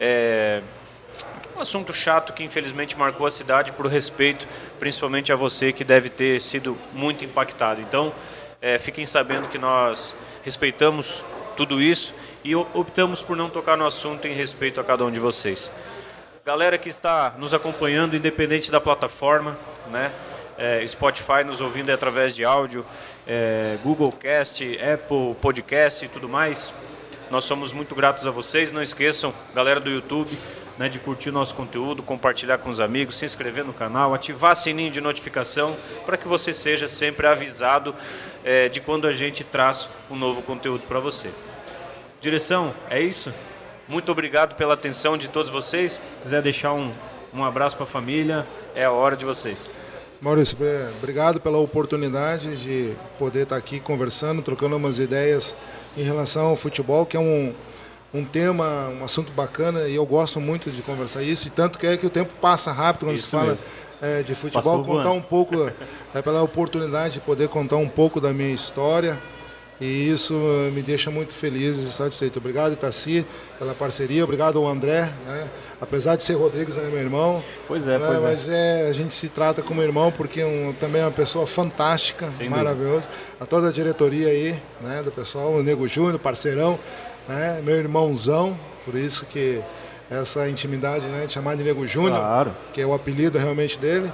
um assunto chato que infelizmente marcou a cidade, por respeito principalmente a você, que deve ter sido muito impactado. Então, fiquem sabendo que nós respeitamos tudo isso e optamos por não tocar no assunto em respeito a cada um de vocês. Galera que está nos acompanhando, independente da plataforma, né? Spotify nos ouvindo através de áudio, Google Cast, Apple Podcast e tudo mais, nós somos muito gratos a vocês. Não esqueçam, galera do YouTube, né, de curtir o nosso conteúdo, compartilhar com os amigos, se inscrever no canal, ativar o sininho de notificação para que você seja sempre avisado de quando a gente traz um novo conteúdo para você. Direção, é isso? Muito obrigado pela atenção de todos vocês. Se quiser deixar um abraço para a família, é a hora de vocês. Maurício, obrigado pela oportunidade de poder estar aqui conversando, trocando umas ideias em relação ao futebol, que é um tema, um assunto bacana, e eu gosto muito de conversar isso, e tanto que o tempo passa rápido quando se fala de futebol. Passou contar voando. Um pouco, pela oportunidade de poder contar um pouco da minha história, e isso me deixa muito feliz e satisfeito. Obrigado, Itacir, pela parceria, obrigado ao André, né? Apesar de ser Rodrigues, né, meu irmão. Pois é, mas a gente se trata como irmão, porque também é uma pessoa fantástica, maravilhosa. A toda a diretoria aí, né, do pessoal, o Nego Júnior, parceirão, né, meu irmãozão, por isso que essa intimidade, né, de chamar de Nego Júnior, claro, que é o apelido realmente dele.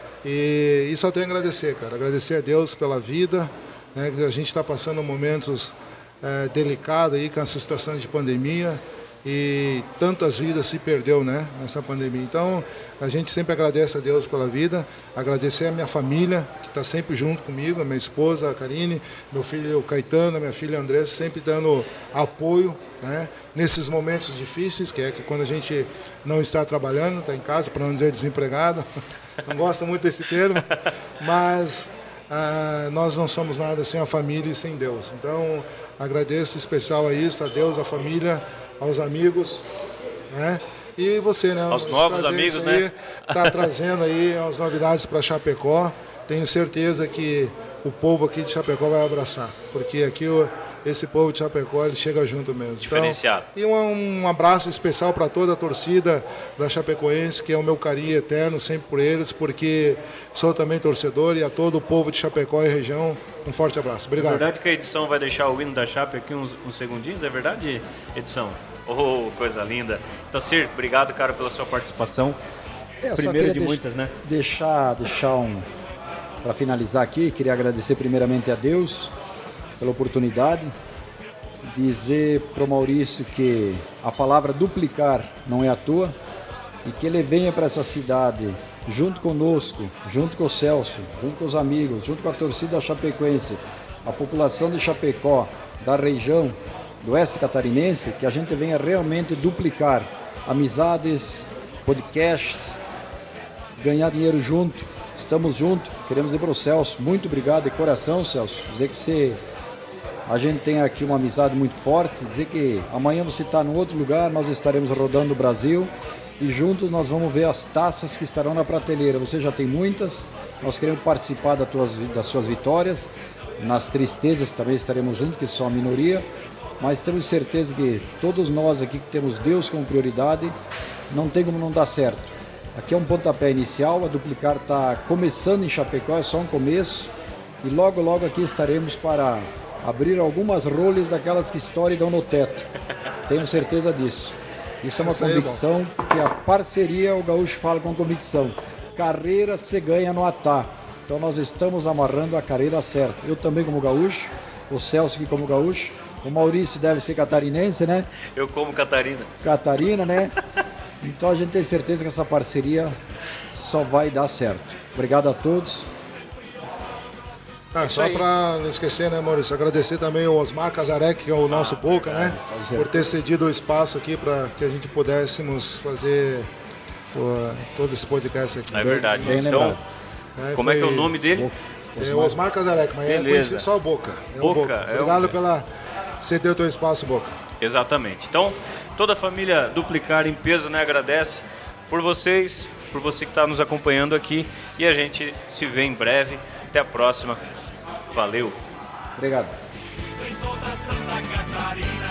E isso eu tenho a agradecer, cara. Agradecer a Deus pela vida, né, que a gente está passando momentos delicados aí com essa situação de pandemia. E tantas vidas se perdeu, né, nessa pandemia. Então, a gente sempre agradece a Deus pela vida, agradecer a minha família, que está sempre junto comigo, a minha esposa, a Karine, meu filho Caetano, a minha filha Andressa, sempre dando apoio, né, nesses momentos difíceis, que é que quando a gente não está trabalhando, está em casa, para não dizer desempregado, não gosto muito desse termo, mas nós não somos nada sem a família e sem Deus. Então, agradeço especial a isso, a Deus, a família, aos amigos, né? E você, né? Aos novos amigos, aí, né? Está trazendo aí as novidades para Chapecó. Tenho certeza que o povo aqui de Chapecó vai abraçar, porque aqui esse povo de Chapecó, ele chega junto mesmo. Diferenciado. Então, e um abraço especial para toda a torcida da Chapecoense, que é o meu carinho eterno sempre por eles, porque sou também torcedor, e a todo o povo de Chapecó e região, um forte abraço. Obrigado. É verdade que a edição vai deixar o hino da Chape aqui uns segundinhos? É verdade, edição? Oh, coisa linda. Itacir, obrigado, cara, pela sua participação. Primeira de muitas, né? Deixar para finalizar aqui, queria agradecer primeiramente a Deus pela oportunidade, dizer para o Maurício que a palavra duplicar não é à toa, e que ele venha para essa cidade junto conosco, junto com o Celso, junto com os amigos, junto com a torcida chapecoense, a população de Chapecó, da região do oeste catarinense, que a gente venha realmente duplicar amizades, podcasts, ganhar dinheiro junto. Estamos juntos, queremos ir para o Celso. Muito obrigado de coração, Celso. Dizer que a gente tem aqui uma amizade muito forte, dizer que amanhã você está em outro lugar, nós estaremos rodando o Brasil e juntos nós vamos ver as taças que estarão na prateleira. Você já tem muitas, nós queremos participar das suas vitórias, nas tristezas também estaremos juntos, que são a minoria, mas temos certeza que todos nós aqui que temos Deus como prioridade, não tem como não dar certo. Aqui é um pontapé inicial, a Duplicar está começando em Chapecó, é só um começo, e logo logo aqui estaremos para abrir algumas rolhas daquelas que estouram e dão no teto. Tenho certeza disso. Isso é uma convicção, porque a parceria, o gaúcho fala com convicção. Carreira se ganha no atá. Então nós estamos amarrando a carreira certa. Eu também como gaúcho, o Celso aqui como gaúcho, o Maurício deve ser catarinense, né? Eu como Catarina. Catarina, né? Então a gente tem certeza que essa parceria só vai dar certo. Obrigado a todos. Só para não esquecer, né, Maurício, agradecer também o Osmar Casarec, que é o nosso Boca, né? Por ter cedido o espaço aqui para que a gente pudéssemos fazer todo esse podcast aqui. É verdade. Bem Então, lembrado. como é que é o nome dele? É o Osmar Casarec, mas é conhecido só o Boca. É o Boca. Obrigado pela ceder o teu espaço, Boca. Exatamente. Então, toda a família Duplicar em peso, né, agradece por vocês, por você que está nos acompanhando aqui. E a gente se vê em breve. Até a próxima. Valeu. Obrigado. Em toda Santa Catarina.